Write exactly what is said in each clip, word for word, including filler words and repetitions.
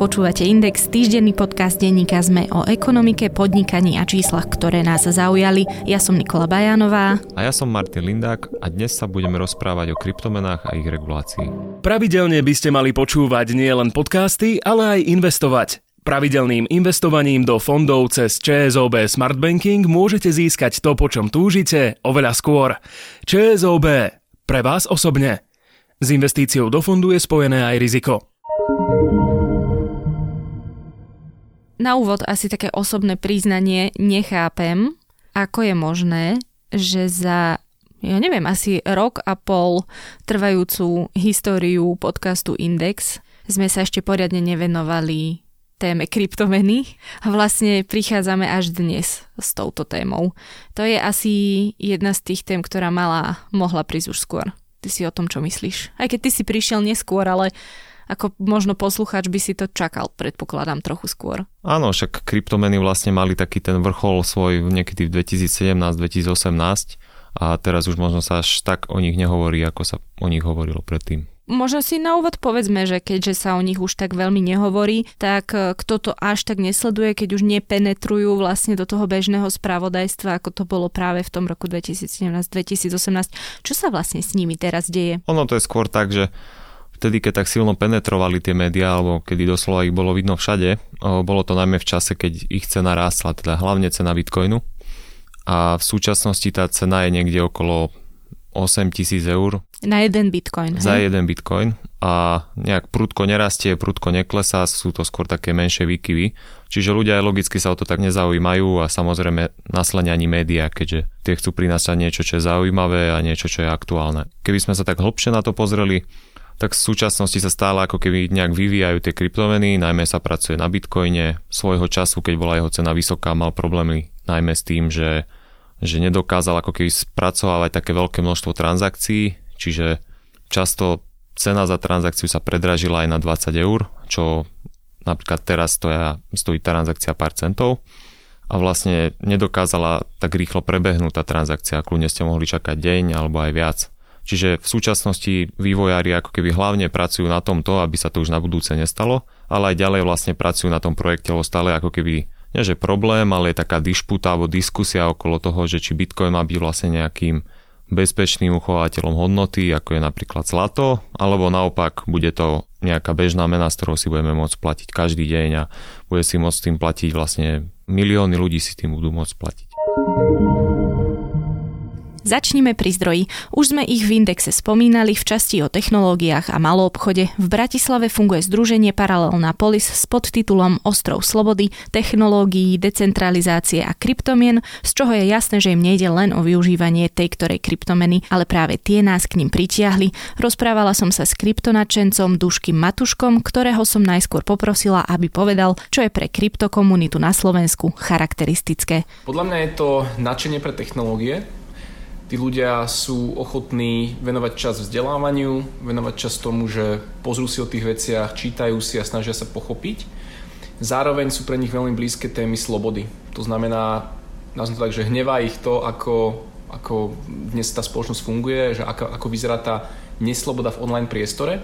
Počúvate Index, týždenný podcast denníka SME o ekonomike, podnikaní a číslach, ktoré nás zaujali. Ja som Nikola Bajánová. A ja som Martin Lindák a dnes sa budeme rozprávať o kryptomenách a ich regulácii. Pravidelne by ste mali počúvať nielen podcasty, ale aj investovať. Pravidelným investovaním do fondov cez ČSOB Smart Banking môžete získať to, po čom túžite, oveľa skôr. ČSOB. Pre vás osobne. S investíciou do fondu je spojené aj riziko. Na úvod asi také osobné priznanie, nechápem, ako je možné, že za, ja neviem, asi rok a pol trvajúcu históriu podcastu Index sme sa ešte poriadne nevenovali téme kryptomeny a vlastne prichádzame až dnes s touto témou. To je asi jedna z tých tém, ktorá mala, mohla prísť už skôr. Ty si o tom čo myslíš? Aj keď ty si prišiel neskôr, ale ako možno poslucháč by si to čakal, predpokladám, trochu skôr. Áno, však kryptomeny vlastne mali taký ten vrchol svoj niekedy v dvetisícsedemnásť dvetisícosemnásť a teraz už možno sa až tak o nich nehovorí, ako sa o nich hovorilo predtým. Možno si na úvod povedzme, že keďže sa o nich už tak veľmi nehovorí, tak kto to až tak nesleduje, keď už nepenetrujú vlastne do toho bežného spravodajstva, ako to bolo práve v tom roku dvetisícsedemnásť dvetisícosemnásť. Čo sa vlastne s nimi teraz deje? Ono to je skôr tak, že vtedy, keď tak silno penetrovali tie médiá, alebo kedy doslova ich bolo vidno všade, bolo to najmä v čase, keď ich cena rástla, teda hlavne cena Bitcoinu. A v súčasnosti tá cena je niekde okolo osem tisíc eur. Na jeden Bitcoin. Za hej? jeden Bitcoin. A nejak prudko nerastie, prudko neklesá, sú to skôr také menšie výkyvy. Čiže ľudia aj logicky sa o to tak nezaujímajú a samozrejme následne ani médiá, keďže tie chcú prinášať niečo, čo je zaujímavé a niečo, čo je aktuálne. Keby sme sa tak hlbšie na to pozreli, tak v súčasnosti sa stále ako keby nejak vyvíjajú tie kryptomeny, najmä sa pracuje na Bitcoine. Svojho času, keď bola jeho cena vysoká, mal problémy najmä s tým, že, že nedokázal ako keby spracovávať také veľké množstvo transakcií, čiže často cena za transakciu sa predražila aj na dvadsať eur, čo napríklad teraz stoja, stojí transakcia pár centov a vlastne nedokázala tak rýchlo prebehnúť tá transakcia, kľudne ste mohli čakať deň alebo aj viac. Čiže v súčasnosti vývojári ako keby hlavne pracujú na tomto, aby sa to už na budúce nestalo, ale aj ďalej vlastne pracujú na tom projekte, lebo stále ako keby, nie že problém, ale je taká dišputa alebo diskusia okolo toho, že či Bitcoin má byť vlastne nejakým bezpečným uchovateľom hodnoty, ako je napríklad zlato, alebo naopak bude to nejaká bežná mena, s ktorou si budeme môcť platiť každý deň a bude si môcť tým platiť vlastne milióny ľudí si tým budú môcť platiť. Začnime pri zdroji. Už sme ich v Indexe spomínali v časti o technológiách a maloobchode. V Bratislave funguje združenie Paralelná polis s podtitulom Ostrov slobody, technológií, decentralizácie a kryptomien, z čoho je jasné, že im nejde len o využívanie tej ktorej kryptomeny, ale práve tie nás k nim pritiahli. Rozprávala som sa s kryptonačencom Duškym Matuškom, ktorého som najskôr poprosila, aby povedal, čo je pre kryptokomunitu na Slovensku charakteristické. Podľa mňa je to nadšenie pre technológie. Tí ľudia sú ochotní venovať čas vzdelávaniu, venovať čas tomu, že pozrú si o tých veciach, čítajú si a snažia sa pochopiť. Zároveň sú pre nich veľmi blízke témy slobody. To znamená, nazvem to tak, že hnevá ich to, ako, ako dnes tá spoločnosť funguje, že ako, ako vyzerá tá nesloboda v online priestore.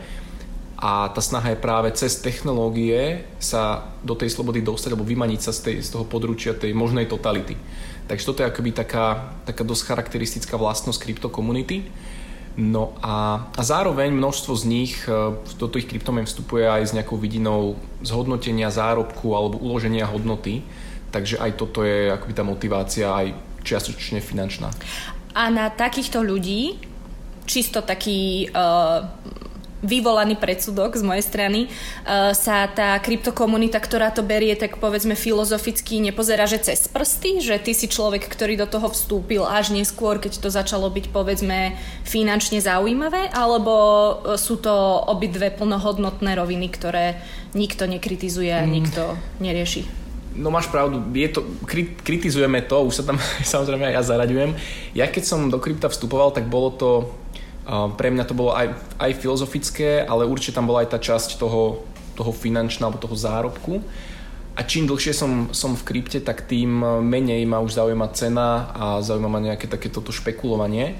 A tá snaha je práve cez technológie sa do tej slobody dostať alebo vymaniť sa z, tej, z toho područia tej možnej totality. Takže toto je akoby taká, taká dosť charakteristická vlastnosť kryptokomunity. No a, a zároveň množstvo z nich do tých kryptomien vstupuje aj s nejakou vidinou zhodnotenia zárobku alebo uloženia hodnoty. Takže aj toto je akoby tá motivácia aj čiastočne finančná. A na takýchto ľudí, čisto taký Uh... vyvolaný predsudok z mojej strany, uh, sa tá kryptokomunita, ktorá to berie, tak povedzme filozoficky nepozerá, že cez prsty, že ty si človek, ktorý do toho vstúpil až neskôr, keď to začalo byť povedzme finančne zaujímavé, alebo sú to obidve plnohodnotné roviny, ktoré nikto nekritizuje a nikto nerieši? No máš pravdu, je to, kritizujeme to, už sa tam samozrejme aj ja zaraďujem. Ja keď som do krypta vstupoval, tak bolo to pre mňa to bolo aj, aj filozofické, ale určite tam bola aj tá časť toho, toho finančného alebo toho zárobku. A čím dlhšie som, som v krypte, tak tým menej ma už zaujíma cena a zaujíma ma nejaké také toto špekulovanie.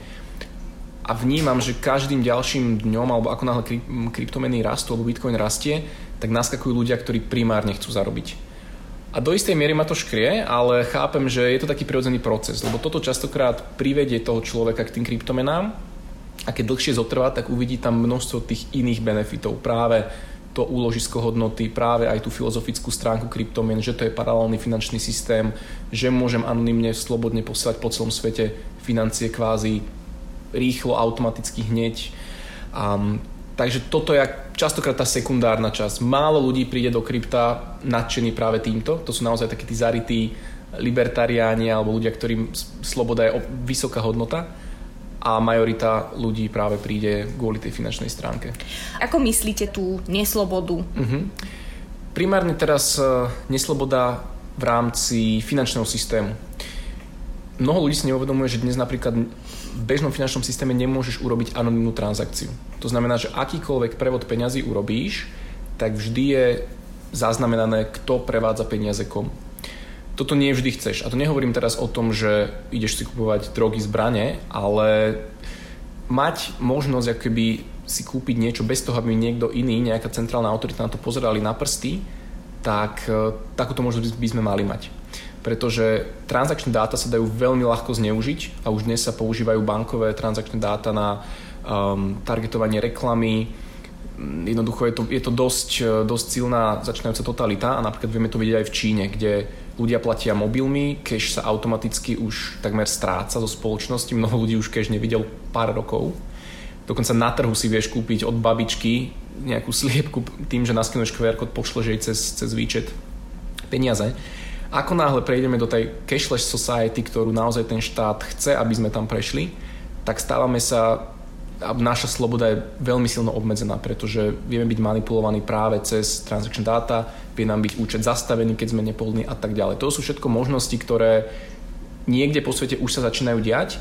A vnímam, že každým ďalším dňom, alebo ako náhle kryptomeny rastú, alebo Bitcoin rastie, tak naskakujú ľudia, ktorí primárne chcú zarobiť. A do istej miery ma to škrie, ale chápem, že je to taký prirodzený proces, lebo toto častokrát privedie toho človeka k tým kryptomenám a keď dlhšie zotrvá, tak uvidí tam množstvo tých iných benefitov. Práve to úložisko hodnoty, práve aj tú filozofickú stránku kryptomien, že to je paralelný finančný systém, že môžem anonymne, slobodne posielať po celom svete financie kvázi rýchlo, automaticky hneď. Um, takže toto je častokrát tá sekundárna časť. Málo ľudí príde do krypta nadšení práve týmto. To sú naozaj takí tí zarytí libertariáni alebo ľudia, ktorým sloboda je vysoká hodnota. A majorita ľudí práve príde kvôli tej finančnej stránke. Ako myslíte tú neslobodu? Uh-huh. Primárne teraz uh, nesloboda v rámci finančného systému. Mnoho ľudí si neuvedomuje, že dnes napríklad v bežnom finančnom systéme nemôžeš urobiť anonymnú transakciu. To znamená, že akýkoľvek prevod peňazí urobíš, tak vždy je zaznamenané, kto prevádza peniaze komu. Toto nie vždy chceš. A to nehovorím teraz o tom, že ideš si kupovať drogy, zbrane, ale mať možnosť akoby si kúpiť niečo bez toho, aby niekto iný, nejaká centrálna autorita na to pozerali na prsty, tak takúto možnosť by sme mali mať. Pretože transakčné dáta sa dajú veľmi ľahko zneužiť a už dnes sa používajú bankové transakčné dáta na um, targetovanie reklamy. Jednoducho je to, je to dosť, dosť silná začínajúca totalita a napríklad vieme to vidieť aj v Číne, kde ľudia platia mobilmi, cash sa automaticky už takmer stráca zo spoločnosti. Mnoho ľudí už cash nevidel pár rokov. Dokonca na trhu si vieš kúpiť od babičky nejakú sliepku tým, že naskenuješ kú er kód, pošleš jej cez, cez výčet peniaze. Ako náhle prejdeme do tej cashless society, ktorú naozaj ten štát chce, aby sme tam prešli, tak stávame sa a naša sloboda je veľmi silno obmedzená, pretože vieme byť manipulovaní práve cez transakčné dáta, vie nám byť účet zastavený, keď sme nepohodlní a tak ďalej. To sú všetko možnosti, ktoré niekde po svete už sa začínajú diať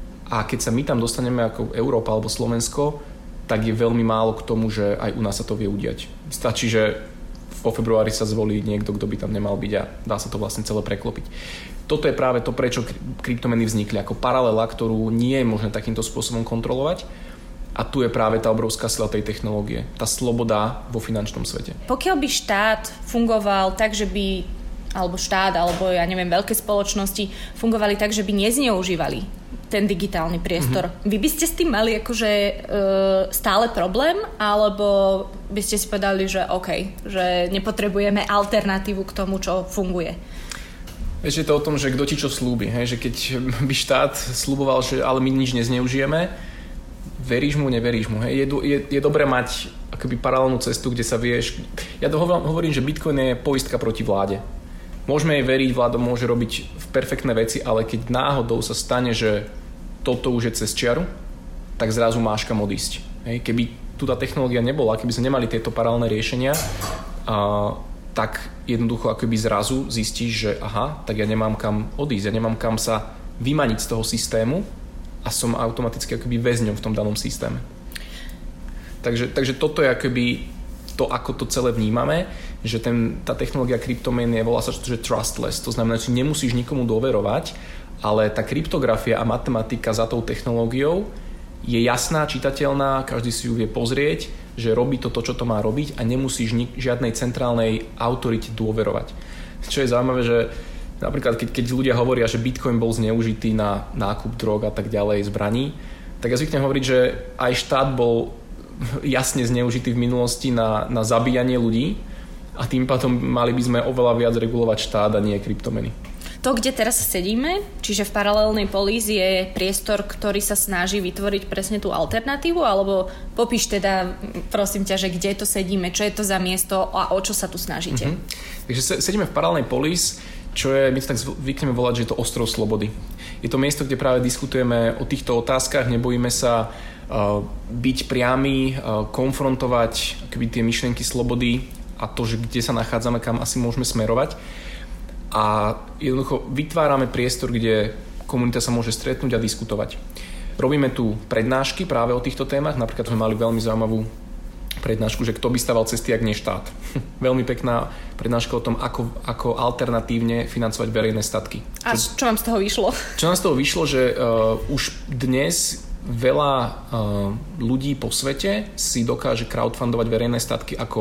a keď sa my tam dostaneme ako Európa alebo Slovensko, tak je veľmi málo k tomu, že aj u nás sa to vie udiať. Stačí, že po februári sa zvolí niekto, kto by tam nemal byť a dá sa to vlastne celé preklopiť. Toto je práve to, prečo kryptomeny vznikli ako paralela, ktorú nie je možné takýmto spôsobom kontrolovať. A tu je práve tá obrovská sila tej technológie. Tá sloboda vo finančnom svete. Pokiaľ by štát fungoval tak, že by, alebo štát, alebo ja neviem, veľké spoločnosti fungovali tak, že by nezneužívali ten digitálny priestor. Mm-hmm. Vy by ste s tým mali akože e, stále problém, alebo by ste si povedali, že OK, že nepotrebujeme alternatívu k tomu, čo funguje? Vieš, je to o tom, že kto ti čo slúbi. Hej? Že keď by štát slúboval, že ale my nič nezneužijeme, veríš mu, neveríš mu. Hej? Je, je, je dobré mať akoby paralelnú cestu, kde sa vieš... Ja to hovorím, že Bitcoin je poistka proti vláde. Môžeme jej veriť, vláda môže robiť perfektné veci, ale keď náhodou sa stane, že toto už je cez čiaru, tak zrazu máš kam odísť. Hej? Keby tu tá technológia nebola, keby sme nemali tieto paralelné riešenia, a, tak jednoducho akoby zrazu zistíš, že aha, tak ja nemám kam odísť, ja nemám kam sa vymaniť z toho systému a som automaticky akoby väzňom v tom danom systéme. Takže, takže toto je akoby to, ako to celé vnímame, že ten, tá technológia kryptomien je, volá sa, že trustless. To znamená, že nemusíš nikomu dôverovať, ale tá kryptografia a matematika za tou technológiou je jasná, čitateľná, každý si ju vie pozrieť, že robí to, to čo to má robiť a nemusíš nik- žiadnej centrálnej autorite dôverovať. Čo je zaujímavé, že napríklad, keď, keď ľudia hovoria, že Bitcoin bol zneužitý na nákup drog a tak ďalej, zbraní, tak ja zvyknem hovoriť, že aj štát bol jasne zneužitý v minulosti na, na zabíjanie ľudí a tým pádom mali by sme oveľa viac regulovať štát a nie kryptomeny. To, kde teraz sedíme, čiže v paralelnej polis, je priestor, ktorý sa snaží vytvoriť presne tú alternatívu, alebo popíš teda, prosím ťa, že kde to sedíme, čo je to za miesto a o čo sa tu snažíte? Mm-hmm. Takže sedíme v paralelnej polis, čo je, my to tak zvykneme volať, že je to ostrov slobody. Je to miesto, kde práve diskutujeme o týchto otázkach, nebojíme sa uh, byť priamy, uh, konfrontovať akoby tie myšlienky slobody a to, že kde sa nachádzame, kam asi môžeme smerovať. A jednoducho vytvárame priestor, kde komunita sa môže stretnúť a diskutovať. Robíme tu prednášky práve o týchto témach, napríklad sme mali veľmi zaujímavú prednášku, že kto by staval cesty, ak nie štát. Veľmi pekná prednáška o tom, ako, ako alternatívne financovať verejné statky. A čo, čo vám z toho vyšlo? Čo nám z toho vyšlo, že uh, už dnes veľa uh, ľudí po svete si dokáže crowdfundovať verejné statky ako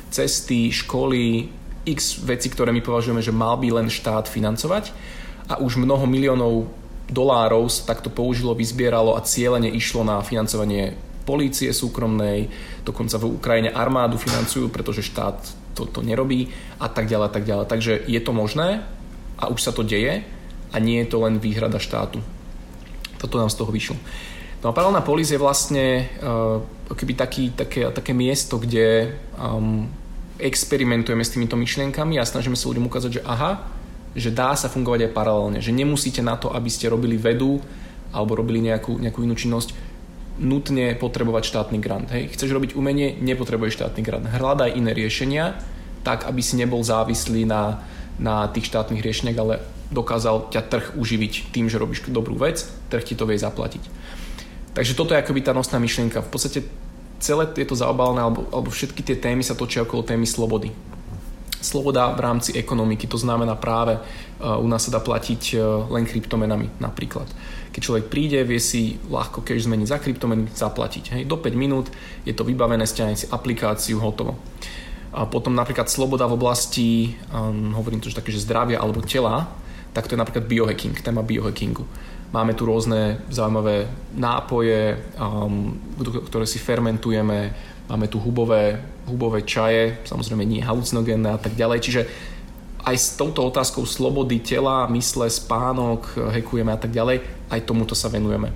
cesty, školy, x veci, ktoré my považujeme, že mal by len štát financovať a už mnoho miliónov dolárov takto použilo, vyzbieralo a cieľene išlo na financovanie polície súkromnej, dokonca v Ukrajine armádu financujú, pretože štát to, to nerobí a tak ďalej, a tak ďalej. Takže je to možné a už sa to deje a nie je to len výhrada štátu. Toto nám z toho vyšlo. No a paralelná polis je vlastne uh, keby taký, také, také miesto, kde um, experimentujeme s týmito myšlienkami a snažíme sa ľuďom ukázať, že aha, že dá sa fungovať aj paralelne, že nemusíte na to, aby ste robili vedu alebo robili nejakú, nejakú inú činnosť, nutne potrebovať štátny grant. Hej. Chceš robiť umenie, nepotrebuješ štátny grant. Hľadaj iné riešenia, tak aby si nebol závislý na, na tých štátnych riešeniach, ale dokázal ťa trh uživiť tým, že robíš dobrú vec, trh ti to vie zaplatiť. Takže toto je akoby tá nosná myšlienka. V podstate celé je to zaobalené, alebo, alebo všetky tie témy sa točia okolo témy slobody. Sloboda v rámci ekonomiky, to znamená práve uh, u nás sa dá platiť uh, len kryptomenami napríklad. Keď človek príde, vie si ľahko cash zmeniť za kryptomeny, zaplatiť. Hej. Do päť minút je to vybavené, stiahne si aplikáciu, hotovo. A potom napríklad sloboda v oblasti, um, hovorím to, že také, že zdravia alebo tela, tak to je napríklad biohacking, téma biohackingu. Máme tu rôzne zaujímavé nápoje, um, ktoré si fermentujeme, máme tu hubové, hubové čaje, samozrejme nie halucinogénne a tak ďalej. Čiže aj s touto otázkou slobody tela, mysle, spánok, hackujeme a tak ďalej, aj tomuto sa venujeme.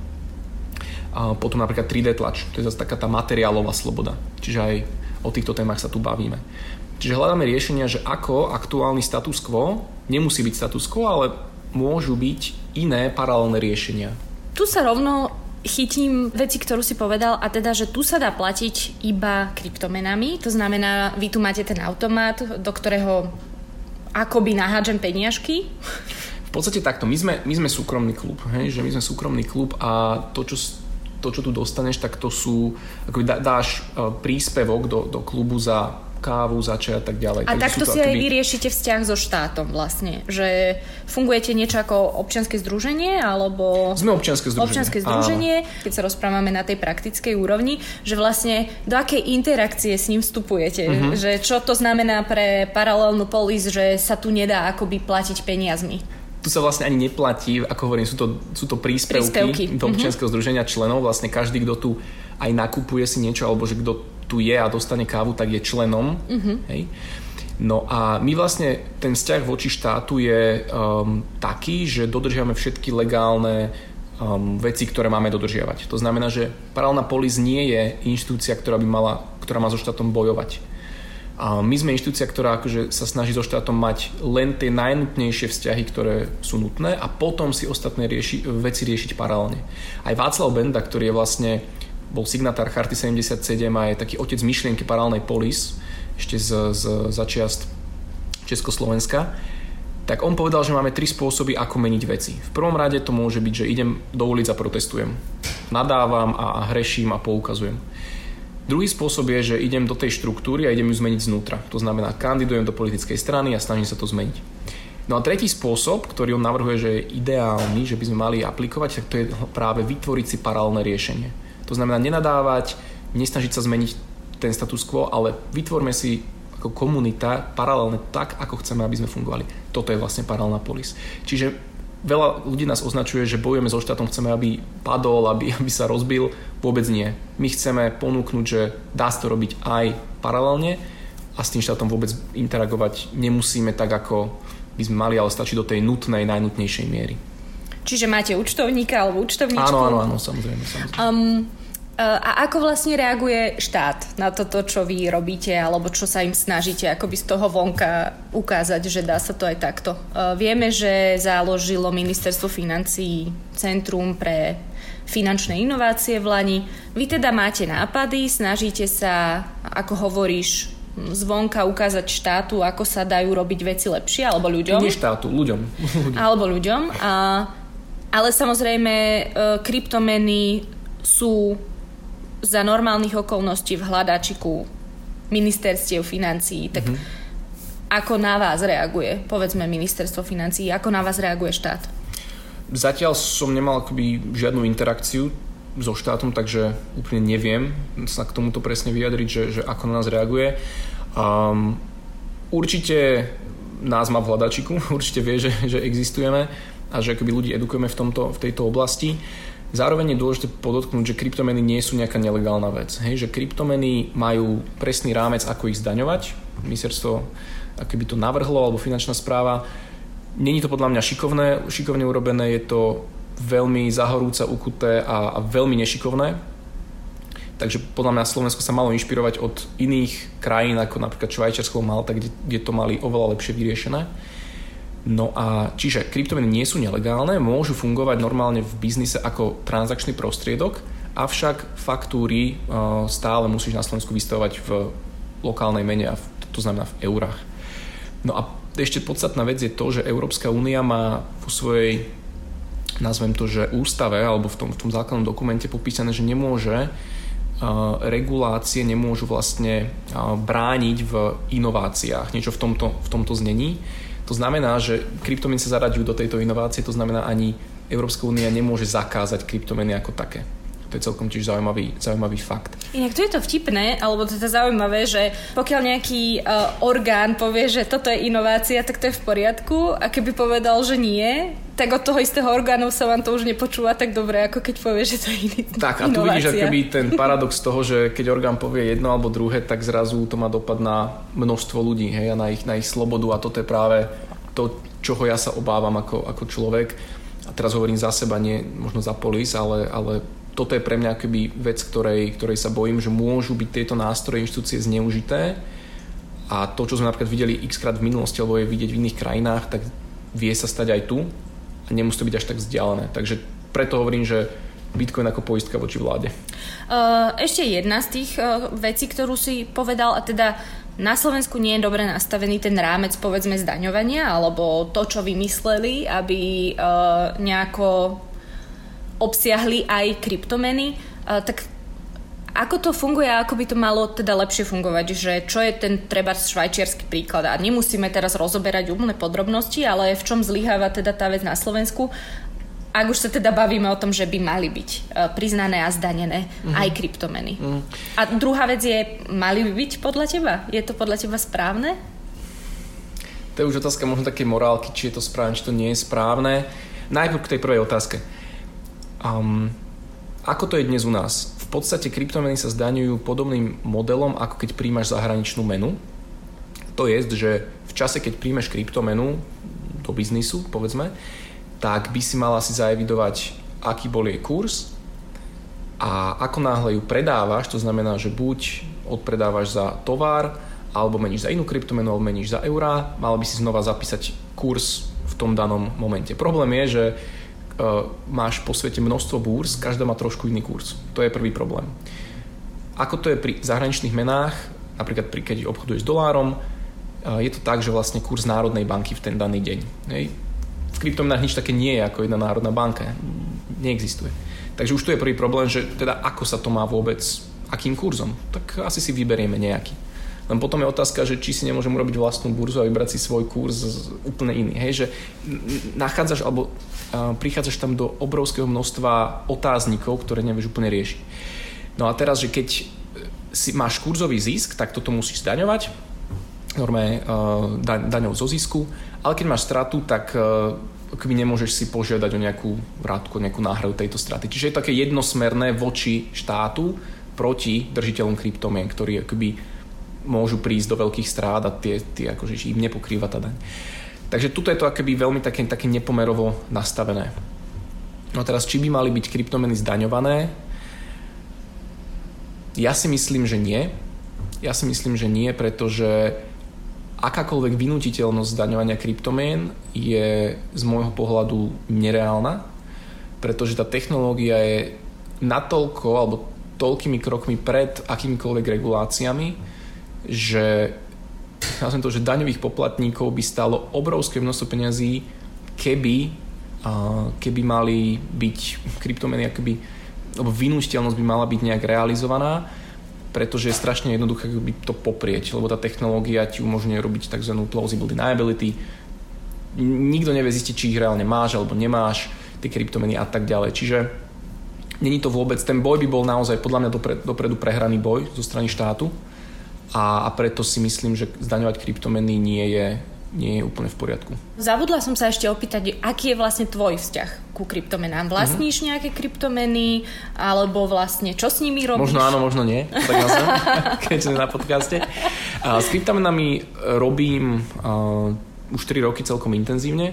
A potom napríklad tri dé tlač, to je zase taká tá materiálová sloboda. Čiže aj o týchto témach sa tu bavíme. Čiže hľadáme riešenia, že ako aktuálny status quo, nemusí byť status quo, ale môžu byť iné paralelné riešenia. Tu sa rovno chytím veci, ktorú si povedal, a teda, že tu sa dá platiť iba kryptomenami. To znamená, vy tu máte ten automat, do ktorého akoby nahádžem peniažky. V podstate takto. My sme, my sme súkromný klub. Hej? Že my sme súkromný klub a to, čo, to, čo tu dostaneš, tak to sú, akoby dá, dáš príspevok do, do klubu za kávu, za čaj a tak ďalej. A takže takto si akoby... aj vyriešite vzťah so štátom vlastne, že fungujete niečo ako občianske združenie, alebo... Sme občianske združenie. Občianske združenie, áno. Keď sa rozprávame na tej praktickej úrovni, že vlastne do akej interakcie s ním vstupujete, uh-huh. že čo to znamená pre paralelnú polis, že sa tu nedá akoby platiť peniazmi. Tu sa vlastne ani neplatí, ako hovorím, sú to, sú to príspevky, príspevky. do občianskeho uh-huh. združenia členov, vlastne každý, kto tu aj nakupuje si niečo, alebo že kto tu je a dostane kávu, tak je členom. Uh-huh. Hej. No a my vlastne, ten vzťah voči štátu je um, taký, že dodržiavame všetky legálne um, veci, ktoré máme dodržiavať. To znamená, že paralelná polis nie je inštitúcia, ktorá by mala, ktorá má so štátom bojovať. A my sme inštitúcia, ktorá akože sa snaží so štátom mať len tie najnutnejšie vzťahy, ktoré sú nutné a potom si ostatné rieši, veci riešiť paralelne. Aj Václav Benda, ktorý je vlastne bol signatár Charty sedemdesiatsedem a je taký otec myšlienky paralelnej polis ešte z, z začiast Československa, tak on povedal, že máme tri spôsoby, ako meniť veci. V prvom rade to môže byť, že idem do ulic a protestujem. Nadávam a, a hreším a poukazujem. Druhý spôsob je, že idem do tej štruktúry a idem ju zmeniť znútra. To znamená, kandidujem do politickej strany a snažím sa to zmeniť. No a tretí spôsob, ktorý on navrhuje, že je ideálny, že by sme mali aplikovať, tak to je práve vytvoriť si paralelné riešenie. To znamená nenadávať, nesnažiť sa zmeniť ten status quo, ale vytvorme si ako komunita paralelne tak, ako chceme, aby sme fungovali. Toto je vlastne paralelná polis. Čiže veľa ľudí nás označuje, že bojujeme so štátom, chceme, aby padol, aby, aby sa rozbil. Vôbec nie. My chceme ponúknuť, že dá sa to robiť aj paralelne a s tým štátom vôbec interagovať nemusíme tak, ako by sme mali, ale stačí do tej nutnej, najnutnejšej miery. Čiže máte účtovníka alebo účtovníčku? Áno, áno, áno, samozrejme. samozrejme. Um, a ako vlastne reaguje štát na toto, čo vy robíte, alebo čo sa im snažíte akoby z toho vonka ukázať, že dá sa to aj takto? Uh, vieme, že založilo Ministerstvo financií Centrum pre finančné inovácie v Lani. Vy teda máte nápady, snažíte sa, ako hovoríš, zvonka ukázať štátu, ako sa dajú robiť veci lepšie, alebo ľuďom? Nie štátu, ľuďom. ľuďom. Alebo ľuďom. A, ale samozrejme, e, kryptomeny sú za normálnych okolností v hľadačiku ministerstiev financií. Tak mm-hmm. ako na vás reaguje, povedzme, ministerstvo financií, ako na vás reaguje štát? Zatiaľ som nemal akoby žiadnu interakciu so štátom, takže úplne neviem sa k tomuto presne vyjadriť, že, že ako na nás reaguje. Um, určite nás má v hľadačiku, určite vie, že, že existujeme a že akoby ľudí edukujeme v, tomto, v tejto oblasti. Zároveň je dôležité podotknúť, že kryptomeny nie sú nejaká nelegálna vec. Hej, že kryptomeny majú presný rámec, ako ich zdaňovať. Ministerstvo akoby to navrhlo, alebo finančná správa. Není to podľa mňa šikovné, šikovne urobené, je to veľmi zahorúca, ukuté a, a veľmi nešikovné. Takže podľa mňa Slovensko sa malo inšpirovať od iných krajín, ako napríklad Švajčiarsko, Malta, kde, kde to mali oveľa lepšie vyriešené. No a čiže kryptomeny nie sú nelegálne, môžu fungovať normálne v biznise ako transakčný prostriedok, avšak faktúry uh, stále musíš na Slovensku vystavovať v lokálnej mene, a v, to znamená v eurách. No a ešte podstatná vec je to, že Európska únia má vo svojej, nazvem to, že ústave, alebo v tom, v tom základnom dokumente popísané, že nemôže Uh, regulácie nemôžu vlastne uh, brániť v inováciách, niečo v tomto, v tomto znení. To znamená, že kryptomeny sa zaraďujú do tejto inovácie, to znamená, ani Európska únia nemôže zakázať kryptomeny ako také. To je celkom tiež zaujímavý, zaujímavý fakt. Inak to je to vtipné, alebo to je zaujímavé, že pokiaľ nejaký uh, orgán povie, že toto je inovácia, tak to je v poriadku, a keby povedal, že nie, tak od toho istého orgánu sa vám to už nepočúva tak dobre, ako keď povie, že to je inovácia. Tak a tu vidíš akoby ten paradox toho, že keď orgán povie jedno alebo druhé, tak zrazu to má dopad na množstvo ľudí, hej, a na ich, na ich slobodu, a toto je práve to, čoho ja sa obávam ako, ako človek. A teraz hovorím za seba, nie možno za polis, ale, ale toto je pre mňa akoby vec, ktorej, ktorej sa bojím, že môžu byť tieto nástroje, inštitúcie zneužité, a to, čo sme napríklad videli x-krát v minulosti, alebo je vidieť v iných krajinách, tak vie sa stať aj tu a nemusí to byť až tak vzdialené. Takže preto hovorím, že Bitcoin ako poistka voči vláde. Ešte jedna z tých vecí, ktorú si povedal, a teda na Slovensku nie je dobre nastavený ten rámec, povedzme, zdaňovania, alebo to, čo vymysleli, aby nejako obsiahli aj kryptomeny, tak ako to funguje a ako by to malo teda lepšie fungovať, že čo je ten treba švajčiarsky príklad, a nemusíme teraz rozoberať úplné podrobnosti, ale v čom zlyháva teda tá vec na Slovensku, ak už sa teda bavíme o tom, že by mali byť priznané a zdanené uh-huh. aj kryptomeny. Uh-huh. A druhá vec je, mali by byť podľa teba? Je to podľa teba správne? To je už otázka možno také morálky, či je to správne, či to nie je správne. Najprv k tej prvej otázke. Um, ako to je dnes u nás? V podstate kryptomeny sa zdaňujú podobným modelom, ako keď príjmaš zahraničnú menu. To je, že v čase, keď príjmeš kryptomenu do biznisu, povedzme, tak by si mala si zaevidovať, aký bol jej kurz, a ako náhle ju predávaš, to znamená, že buď odpredávaš za tovar, alebo meníš za inú kryptomenu, alebo meníš za eurá, mala by si znova zapísať kurz v tom danom momente. Problém je, že Uh, máš po svete množstvo búrs, každá má trošku iný kurz. To je prvý problém. Ako to je pri zahraničných menách, napríklad pri, keď obchoduješ s dolárom, uh, je to tak, že vlastne kurz národnej banky v ten daný deň. Hej. V kryptomenách nič také nie je ako jedna národná banka. Neexistuje. Takže už tu je prvý problém, že teda ako sa to má vôbec, akým kurzom. Tak asi si vyberieme nejaký. Len potom je otázka, že či si nemôžem urobiť vlastnú burzu a vybrať si svoj kurz úplne iný. Hej, že nachádzaš alebo uh, prichádzaš tam do obrovského množstva otáznikov, ktoré nevieš úplne riešiť. No a teraz, že keď si máš kurzový zisk, tak toto musíš zdaňovať, normálne uh, da, daňou zo zisku, ale keď máš stratu, tak uh, akoby nemôžeš si požiadať o nejakú vrátku, nejakú náhradu tejto straty. Čiže je to také jednosmerné voči štátu proti držiteľom kryptomien, ktorí akoby môžu prísť do veľkých strát a tie, tie akože im nepokrýva tá daň. Takže tuto je to akoby veľmi také, také nepomerovo nastavené. No teraz, či by mali byť kryptomeny zdaňované? Ja si myslím, že nie. Ja si myslím, že nie, pretože akákoľvek vynútiteľnosť zdaňovania kryptomien je z môjho pohľadu nereálna, pretože tá technológia je natoľko alebo toľkými krokmi pred akýmikoľvek reguláciami, že ja som to, že daňových poplatníkov by stálo obrovské množstvo peňazí, keby, keby mali byť kryptomeny, akoby, alebo vynútiteľnosť by mala byť nejak realizovaná, pretože je strašne jednoduché by to poprieť, lebo tá technológia ti umožňuje robiť tzv. Plausible deniability. Nikto nevie zistiť, či ich reálne máš alebo nemáš, tie kryptomeny a tak ďalej. Čiže není to vôbec, ten boj by bol naozaj podľa mňa dopredu, dopredu prehraný boj zo strany štátu. a, a preto si myslím, že zdaňovať kryptomeny nie je, nie je úplne v poriadku. Zabudla som sa ešte opýtať, aký je vlastne tvoj vzťah ku kryptomenám? Vlastníš mm-hmm. nejaké kryptomeny, alebo vlastne čo s nimi robíš? Možno áno, možno nie, tak som, keď sme na podcaste. A s kryptomenami robím uh, už tri roky celkom intenzívne.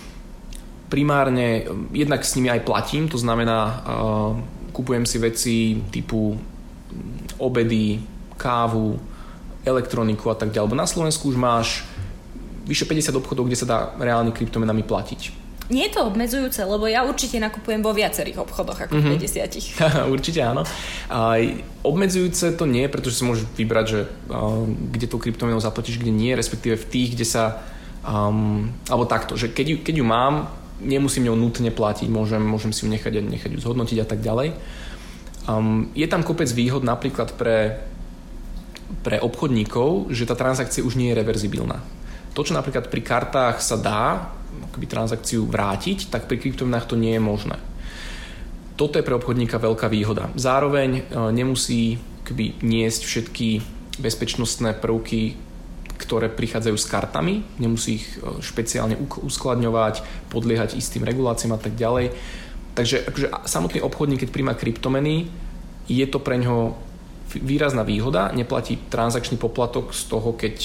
Primárne, jednak s nimi aj platím, to znamená, uh, kupujem si veci typu obedy, kávu, elektroniku a tak ďalej. Na Slovensku už máš vyše päťdesiat obchodov, kde sa dá reálne kryptomenami platiť. Nie je to obmedzujúce, lebo ja určite nakupujem vo viacerých obchodoch ako mm-hmm. v päťdesiatich. Určite áno. A obmedzujúce to nie, pretože si môžeš vybrať, že uh, kde tú kryptomenu zaplatíš, kde nie, respektíve v tých, kde sa um, alebo takto, že keď ju, keď ju mám, nemusím ňou nutne platiť, môžem, môžem si ju nechať a nechať ju zhodnotiť a tak ďalej. Um, je tam kopec výhod napríklad pre, pre obchodníkov, že tá transakcia už nie je reverzibilná. To, čo napríklad pri kartách sa dá akoby transakciu vrátiť, tak pri kryptomenách to nie je možné. Toto je pre obchodníka veľká výhoda. Zároveň nemusí akoby niesť všetky bezpečnostné prvky, ktoré prichádzajú s kartami, nemusí ich špeciálne uskladňovať, podliehať istým reguláciám a tak ďalej. Takže akože samotný obchodník, keď príjma kryptomeny, je to pre ňoho výrazná výhoda, neplatí transakčný poplatok z toho, keď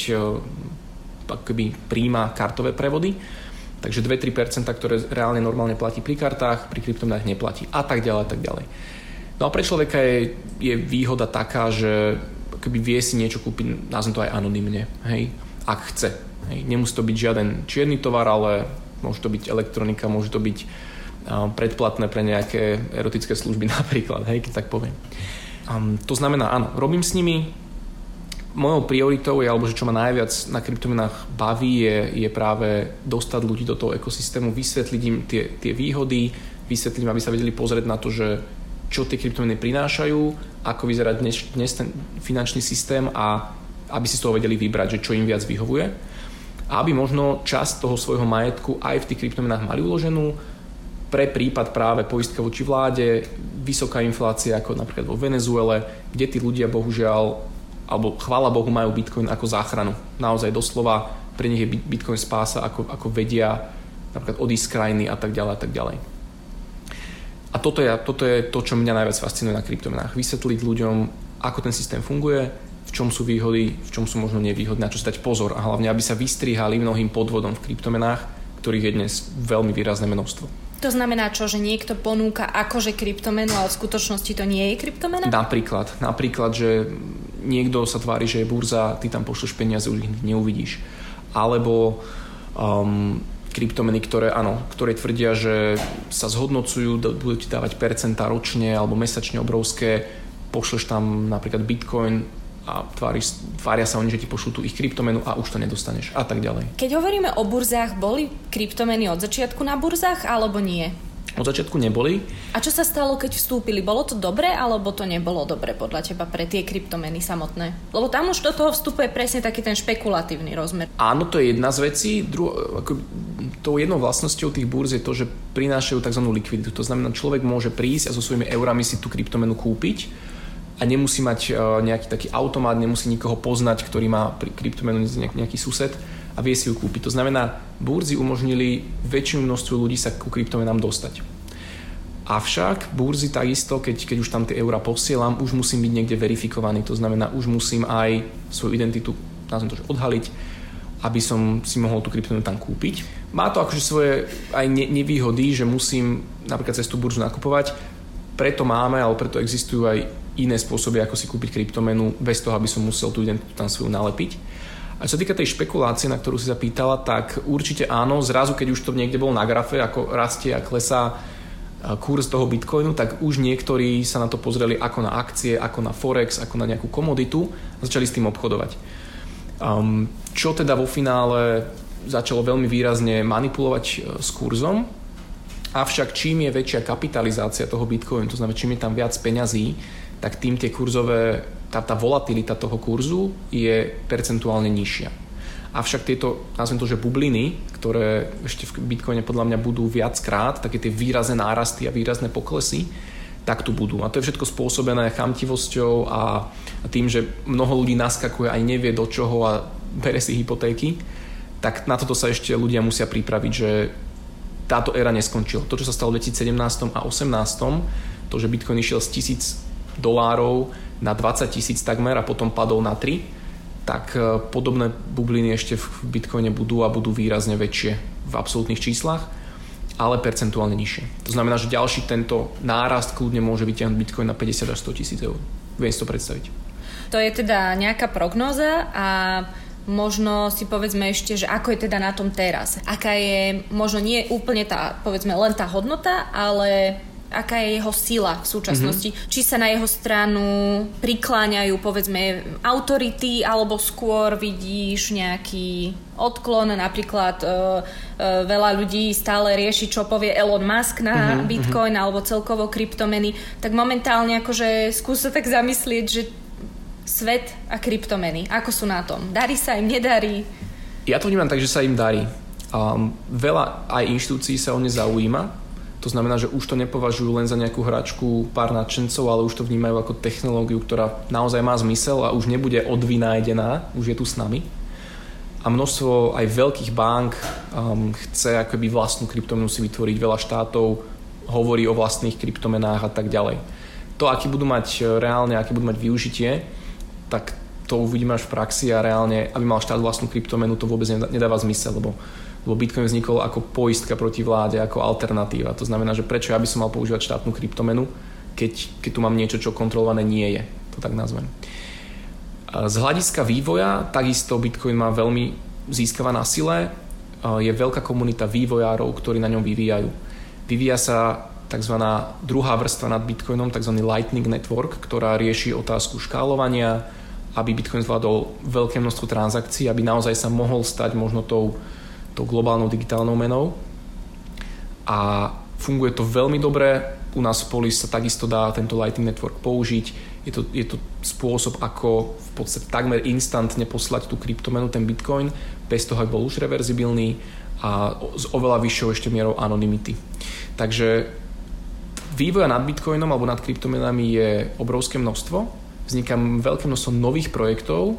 akoby príjma kartové prevody, takže dva až tri percentá, ktoré reálne normálne platí pri kartách, pri kryptomenách neplatí a tak ďalej a tak ďalej. No a pre človeka je, je výhoda taká, že akoby vie si niečo kúpiť, nazvem to aj anonymne, hej, ak chce. Hej. Nemusí to byť žiaden čierny tovar, ale môže to byť elektronika, môže to byť um, predplatné pre nejaké erotické služby napríklad, hej, keď tak poviem. Um, to znamená, áno, robím s nimi. Mojou prioritou je, alebo že čo ma najviac na kryptomenách baví, je, je práve dostať ľudí do toho ekosystému, vysvetliť im tie, tie výhody, vysvetliť im, aby sa vedeli pozrieť na to, že čo tie kryptomeny prinášajú, ako vyzerá dnes, dnes ten finančný systém a aby si z toho vedeli vybrať, že čo im viac vyhovuje. A aby možno časť toho svojho majetku aj v tých kryptomenách mali uloženú pre prípad práve poistka voči vláde, vysoká inflácia ako napríklad vo Venezuele, kde tí ľudia bohužiaľ alebo chvála Bohu majú Bitcoin ako záchranu. Naozaj doslova pre nich je Bitcoin spása, ako, ako vedia napríklad odísť z krajiny a tak ďalej a tak ďalej. A toto je, toto je to, čo mňa najviac fascinuje na kryptomenách. Vysvetliť ľuďom, ako ten systém funguje, v čom sú výhody, v čom sú možno nevýhody, na čo si dať pozor a hlavne, aby sa vystrihali mnohým podvodom v kryptomenách, ktorých je dnes veľmi výrazné množstvo. To znamená čo, že niekto ponúka akože kryptomenu, ale v skutočnosti to nie je kryptomena? Napríklad, napríklad, že niekto sa tvári, že je burza, ty tam pošleš peniaze, už ich neuvidíš. Alebo um, kryptomeny, ktoré, áno, ktoré tvrdia, že sa zhodnocujú, budú ti dávať percentá ročne alebo mesačne obrovské, pošleš tam napríklad Bitcoin a tváriš, tvária sa oni, že ti pošlú tú ich kryptomenu a už to nedostaneš a tak ďalej. Keď hovoríme o burzách, boli kryptomeny od začiatku na burzách alebo nie? Od začiatku neboli. A čo sa stalo, keď vstúpili? Bolo to dobre alebo to nebolo dobre podľa teba pre tie kryptomeny samotné? Lebo tam už do toho vstupuje presne taký ten špekulatívny rozmer. Áno, to je jedna z vecí. Dru- ako, tou jednou vlastnosťou tých burz je to, že prinášajú tzv. Likviditu. To znamená, človek môže prísť a so svojimi eurami si tú kryptomenu kúpiť a nemusí mať nejaký taký automat, nemusí nikoho poznať, ktorý má kryptomenu nejaký sused a vie si ju kúpiť. To znamená, burzy umožnili väčšiu množstvu ľudí sa ku kryptomenám dostať. Avšak burzy takisto, keď, keď už tam tie eurá posielam, už musím byť niekde verifikovaný. To znamená, už musím aj svoju identitu, nazvem to, že odhaliť, aby som si mohol tú kryptomenu tam kúpiť. Má to akože svoje aj nevýhody, že musím napríklad cez tú burzu nakupovať. Preto máme, alebo preto existujú aj iné spôsoby, ako si kúpiť kryptomenu bez toho, aby som musel tú identitu tam svoju nalepiť. A čo sa týka tej špekulácie, na ktorú si sa pýtala, tak určite áno, zrazu keď už to niekde bolo na grafe, ako rastie a klesá kurz toho Bitcoinu, tak už niektorí sa na to pozreli ako na akcie, ako na Forex, ako na nejakú komoditu a začali s tým obchodovať. Um, čo teda vo finále začalo veľmi výrazne manipulovať s kurzom, avšak čím je väčšia kapitalizácia toho Bitcoinu, to znamená, čím je tam viac peňazí, tak tým tie kurzové, tá, tá volatilita toho kurzu je percentuálne nižšia. Avšak tieto, nazvem to, že bubliny, ktoré ešte v Bitcoine podľa mňa budú viackrát, také tie výrazné nárasty a výrazné poklesy, tak tu budú. A to je všetko spôsobené chamtivosťou a, a tým, že mnoho ľudí naskakuje aj nevie do čoho a bere si hypotéky, tak na toto sa ešte ľudia musia pripraviť, že táto éra neskončila. To, čo sa stalo v dvetisícsedemnásť a osemnásť, to, že Bitcoin išiel z tisíc dolárov na dvadsať tisíc takmer a potom padol na tri, tak podobné bubliny ešte v Bitcoine budú a budú výrazne väčšie v absolútnych číslach, ale percentuálne nižšie. To znamená, že ďalší tento nárast kľudne môže vytiahnuť Bitcoin na päťdesiat až sto tisíc eur. Viem si to predstaviť. To je teda nejaká prognóza a možno si povedzme ešte, že ako je teda na tom teraz. Aká je, možno nie úplne tá, povedzme len tá hodnota, ale aká je jeho sila v súčasnosti. Mm-hmm. Či sa na jeho stranu prikláňajú, povedzme, autority, alebo skôr vidíš nejaký odklon, napríklad e, e, veľa ľudí stále rieši, čo povie Elon Musk na mm-hmm. Bitcoin alebo celkovo kryptomeny. Tak momentálne akože skús sa tak zamyslieť, že svet a kryptomeny, ako sú na tom? Darí sa im, nedarí? Ja to vnímam tak, že sa im darí. Um, veľa aj inštitúcií sa o ne zaujíma. To znamená, že už to nepovažujú len za nejakú hračku pár nadšencov, ale už to vnímajú ako technológiu, ktorá naozaj má zmysel a už nebude odvynájdená, už je tu s nami. A množstvo aj veľkých bank um, chce akoby vlastnú kryptomenu si vytvoriť. Veľa štátov hovorí o vlastných kryptomenách a tak ďalej. To, aký budú mať reálne, aký budú mať využitie, tak to uvidíme až v praxi a reálne, aby mal štát vlastnú kryptomenu, to vôbec nedáva zmysel, lebo lebo Bitcoin vznikol ako poistka proti vláde, ako alternatíva. To znamená, že prečo ja by som mal používať štátnu kryptomenu, keď, keď tu mám niečo, čo kontrolované nie je. To tak nazvem. Z hľadiska vývoja, takisto Bitcoin má veľmi získava na sile. Je veľká komunita vývojárov, ktorí na ňom vyvíjajú. Vyvíja sa tzv. Druhá vrstva nad Bitcoinom, tzv. Lightning Network, ktorá rieši otázku škálovania, aby Bitcoin zvládol veľké množstvo transakcií, aby naozaj sa mohol stať možno tou tou globálnou digitálnou menou a funguje to veľmi dobre. U nás v Polis sa takisto dá tento Lightning Network použiť. Je to, je to spôsob, ako v podstate takmer instantne poslať tú kryptomenu, ten Bitcoin, bez toho, aby bol už reverzibilný a s oveľa vyššou ešte mierou anonymity. Takže vývoja nad Bitcoinom alebo nad kryptomenami je obrovské množstvo. Vzniká veľké množstvo nových projektov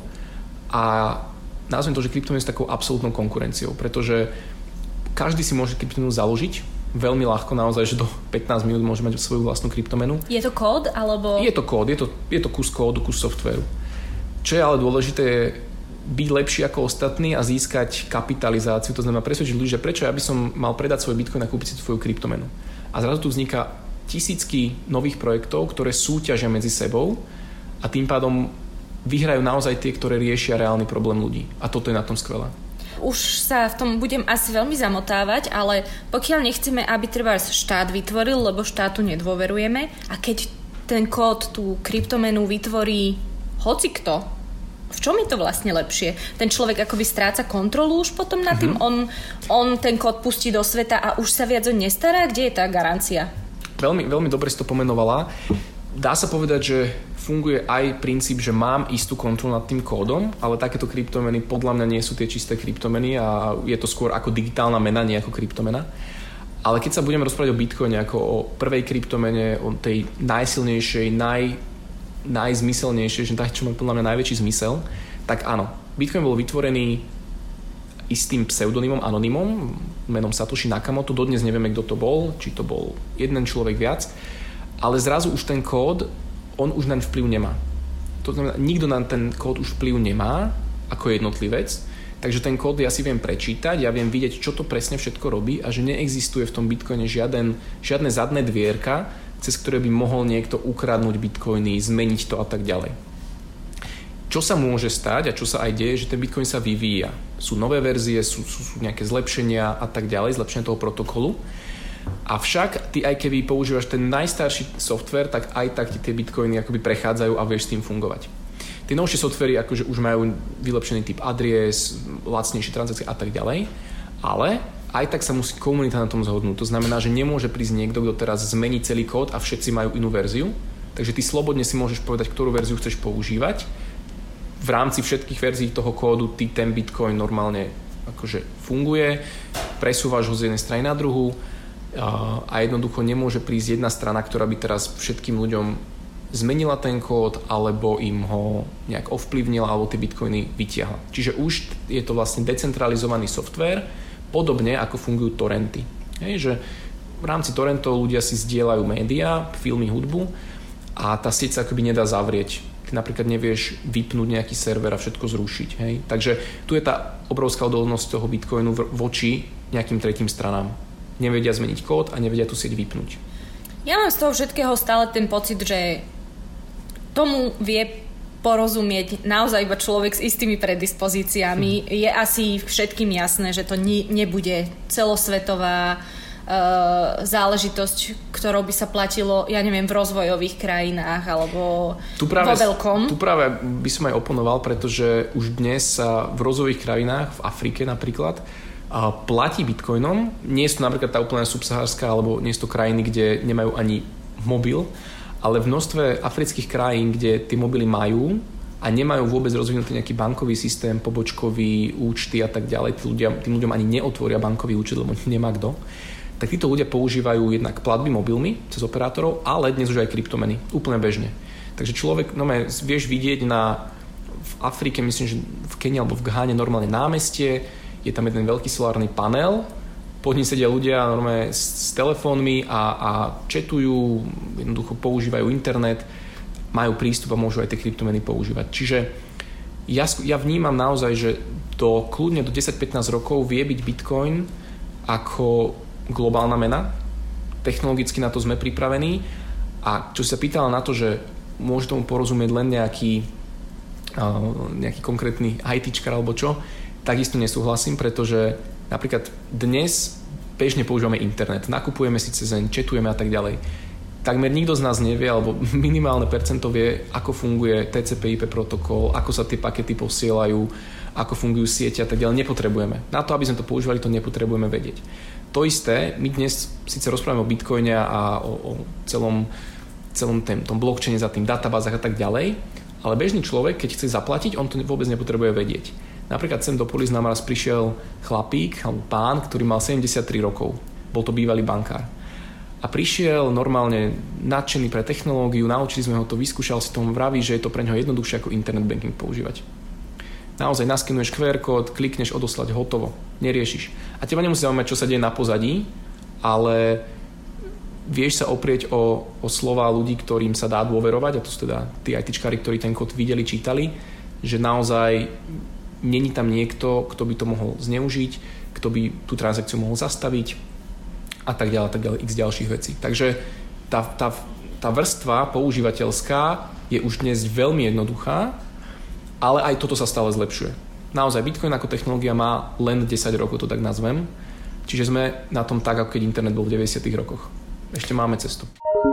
a nazvem to, že kryptomenu je s takou absolútnou konkurenciou, pretože každý si môže kryptomenu založiť veľmi ľahko, naozaj, že do pätnásť minút môže mať svoju vlastnú kryptomenu. Je to kód, alebo... Je to kód, je to, je to kus kódu, kus softvéru. Čo je ale dôležité, je byť lepší ako ostatní a získať kapitalizáciu, to znamená presvedčiť ľudí, že prečo ja by som mal predať svoj Bitcoin a kúpiť si svoju kryptomenu. A zrazu tu vzniká tisícky nových projektov, ktoré súťažia medzi sebou a tým pádom vyhrajú naozaj tie, ktoré riešia reálny problém ľudí. A toto je na tom skvelé. Už sa v tom budem asi veľmi zamotávať, ale pokiaľ nechceme, aby trebárs štát vytvoril, lebo štátu nedôverujeme, a keď ten kód, tú kryptomenu vytvorí hocikto, v čom je to vlastne lepšie? Ten človek akoby stráca kontrolu už potom nad tým, mm-hmm. on, on ten kód pustí do sveta a už sa viac oň nestará? Kde je tá garancia? Veľmi, veľmi dobre si to pomenovala. Dá sa povedať, že funguje aj princíp, že mám istú kontrolu nad tým kódom, ale takéto kryptomeny podľa mňa nie sú tie čisté kryptomeny a je to skôr ako digitálna mena, nie ako kryptomena. Ale keď sa budeme rozprávať o Bitcoine ako o prvej kryptomene, o tej najsilnejšej, naj, najzmyselnejšej, že tak, čo má podľa mňa najväčší zmysel, tak áno, Bitcoin bol vytvorený istým pseudonymom, anonymom, menom Satoshi Nakamoto. Dodnes nevieme, kto to bol, či to bol jeden človek viac, ale zrazu už ten kód on už naň vplyv nemá. To znamená, nikto na ten kód už vplyv nemá ako jednotlivec, takže ten kód ja si viem prečítať, ja viem vidieť, čo to presne všetko robí a že neexistuje v tom Bitcoine žiaden, žiadne zadné dvierka, cez ktoré by mohol niekto ukradnúť Bitcoiny, zmeniť to a tak ďalej. Čo sa môže stať a čo sa aj deje, že ten Bitcoin sa vyvíja. Sú nové verzie, sú, sú, sú nejaké zlepšenia a tak ďalej, zlepšenie toho protokolu. Avšak ty aj keby používaš ten najstarší software, tak aj tak ti tie bitcoiny akoby prechádzajú a vieš s tým fungovať. Tie novšie softvery akože už majú vylepšený typ adries, lacnejšie transakcie a tak ďalej, ale aj tak sa musí komunita na tom zhodnúť. To znamená, že nemôže prísť niekto, kto teraz zmení celý kód a všetci majú inú verziu. Takže ty slobodne si môžeš povedať, ktorú verziu chceš používať. V rámci všetkých verzií toho kódu ty ten bitcoin normálne akože funguje, presúvaš ho z jednej strany na druhú. a jednoducho nemôže prísť jedna strana, ktorá by teraz všetkým ľuďom zmenila ten kód alebo im ho nejak ovplyvnila alebo tie bitcoiny vytiahla. Čiže už je to vlastne decentralizovaný software, podobne ako fungujú torrenty. Hej, že v rámci torrentov ľudia si zdieľajú médiá, filmy, hudbu a tá sieť sa akoby nedá zavrieť. Ty napríklad nevieš vypnúť nejaký server a všetko zrušiť. Hej? Takže tu je tá obrovská odolnosť toho bitcoinu voči nejakým tretím stranám. Nevedia zmeniť kód a nevedia tú sieť vypnúť. Ja mám z toho všetkého stále ten pocit, že tomu vie porozumieť naozaj iba človek s istými predispozíciami. Je asi všetkým jasné, že to ni- nebude celosvetová uh, záležitosť, ktorou by sa platilo, ja neviem, v rozvojových krajinách alebo tu práve, vo veľkom. Tu práve by som aj oponoval, pretože už dnes sa v rozvojových krajinách, v Afrike napríklad, uh, platí bitcoinom. Nie je to napríklad tá úplne subsahárska, alebo nie sú to krajiny, kde nemajú ani mobil, ale v množstve afrických krajín, kde tie mobily majú a nemajú vôbec rozvinutý nejaký bankový systém, pobočkový, účty a tak ďalej, tí ľudia, tým ľuďom ani neotvoria bankový účet, lebo nemá kto, tak títo ľudia používajú jednak platby mobilmi cez operátorov, ale dnes už aj kryptomeny, úplne bežne. Takže človek, no vieš vidieť na, v Afrike, myslím, že v Kenii alebo v Gháne normálne námestie, je tam jeden veľký solárny panel, pod ním sedia ľudia normálne s, s telefónmi a, a četujú, jednoducho používajú internet, majú prístup a môžu aj tie kryptomeny používať. Čiže ja, ja vnímam naozaj, že do, kľudne do desať pätnásť rokov vie byť Bitcoin ako globálna mena. Technologicky na to sme pripravení. A čo si sa pýtala na to, že môže tomu porozumieť len nejaký, uh, nejaký konkrétny ITčkar alebo čo, takisto nesúhlasím, pretože napríklad dnes bežne používame internet, nakupujeme si cez deň, četujeme a tak ďalej. Takmer nikto z nás nevie, alebo minimálne percento vie, ako funguje té cé pé í pé protokol, ako sa tie pakety posielajú, ako fungujú siete a tak ďalej. Nepotrebujeme. Na to, aby sme to používali, to nepotrebujeme vedieť. To isté, my dnes síce rozprávame o bitcoine a o, o celom, celom tém, tom blockchaine za tým, databázach a tak ďalej, ale bežný človek, keď chce zaplatiť, on to vôbec nepotrebuje vedieť. Napríklad sem do Polis nám raz prišiel chlapík, alebo pán, ktorý mal sedemdesiattri rokov. Bol to bývalý bankár. A prišiel normálne nadšený pre technológiu, naučili sme ho to, vyskúšal si tomu, vraví, že je to pre neho jednoduchšie ako internet banking používať. Naozaj naskenuješ kú er kód, klikneš odoslať, hotovo. Neriešiš. A teba nemusí zaujímať, čo sa deje na pozadí, ale vieš sa oprieť o, o slová ľudí, ktorým sa dá dôverovať, a to sú teda tí ITčkári, ktorí ten kód videli, čítali, že naozaj není tam niekto, kto by to mohol zneužiť, kto by tú transakciu mohol zastaviť a tak ďalej, tak ďalej, x ďalších vecí. Takže tá, tá, tá vrstva používateľská je už dnes veľmi jednoduchá, ale aj toto sa stále zlepšuje. Naozaj Bitcoin ako technológia má len desať rokov, to tak nazvem. Čiže sme na tom tak, ako keď internet bol v deväťdesiatych rokoch. Ešte máme cestu.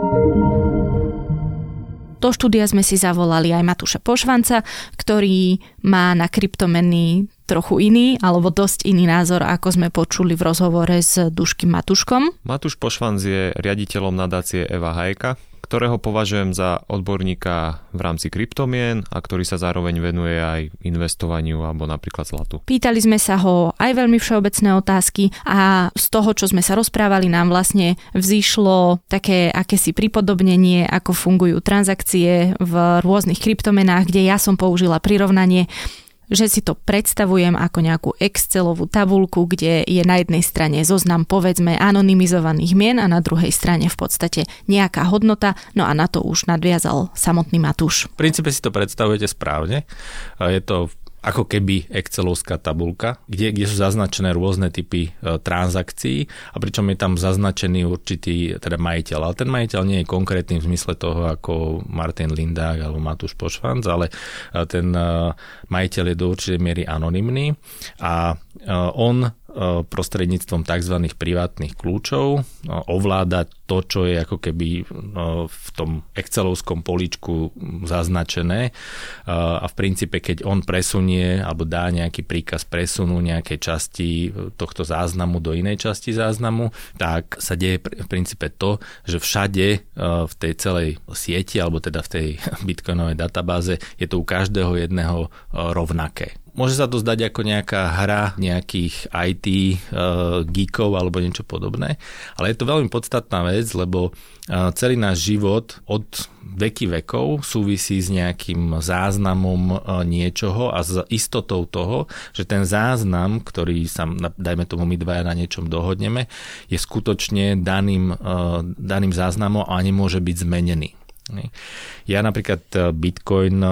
Do štúdia sme si zavolali aj Matúša Pošvanca, ktorý má na kryptomeny trochu iný, alebo dosť iný názor, ako sme počuli v rozhovore s Duškým Matuškom. Matúš Pošvanc je riaditeľom nadácie Eva Hajeka, ktorého považujem za odborníka v rámci kryptomien a ktorý sa zároveň venuje aj investovaniu alebo napríklad zlatu. Pýtali sme sa ho aj veľmi všeobecné otázky a z toho, čo sme sa rozprávali, nám vlastne vzýšlo také akési pripodobnenie, ako fungujú transakcie v rôznych kryptomenách, kde ja som použila prirovnanie, že si to predstavujem ako nejakú Excelovú tabuľku, kde je na jednej strane zoznam povedzme anonymizovaných mien a na druhej strane v podstate nejaká hodnota, no a na to už nadviazal samotný Matúš. V princípe si to predstavujete správne. Je to ako keby Excelovská tabuľka, kde, kde sú zaznačené rôzne typy e, transakcií a pričom je tam zaznačený určitý teda majiteľ. Ale ten majiteľ nie je konkrétny v zmysle toho ako Martin Lindák alebo Matúš Pošvanc, ale e, ten e, majiteľ je do určitej miery anonymný a e, on prostredníctvom tzv. Privátnych kľúčov ovláda to, čo je ako keby v tom excelovskom políčku zaznačené a v princípe, keď on presunie alebo dá nejaký príkaz presunu nejakej časti tohto záznamu do inej časti záznamu, tak sa deje v princípe to, že všade v tej celej sieti alebo teda v tej bitcoinovej databáze je to u každého jedného rovnaké. Môže sa to zdať ako nejaká hra nejakých í té uh, geekov alebo niečo podobné, ale je to veľmi podstatná vec, lebo uh, celý náš život od veky vekov súvisí s nejakým záznamom uh, niečoho a s istotou toho, že ten záznam, ktorý sa, dajme tomu my dvaja na niečom dohodneme, je skutočne daným, uh, daným záznamom a nemôže byť zmenený. Ja napríklad Bitcoin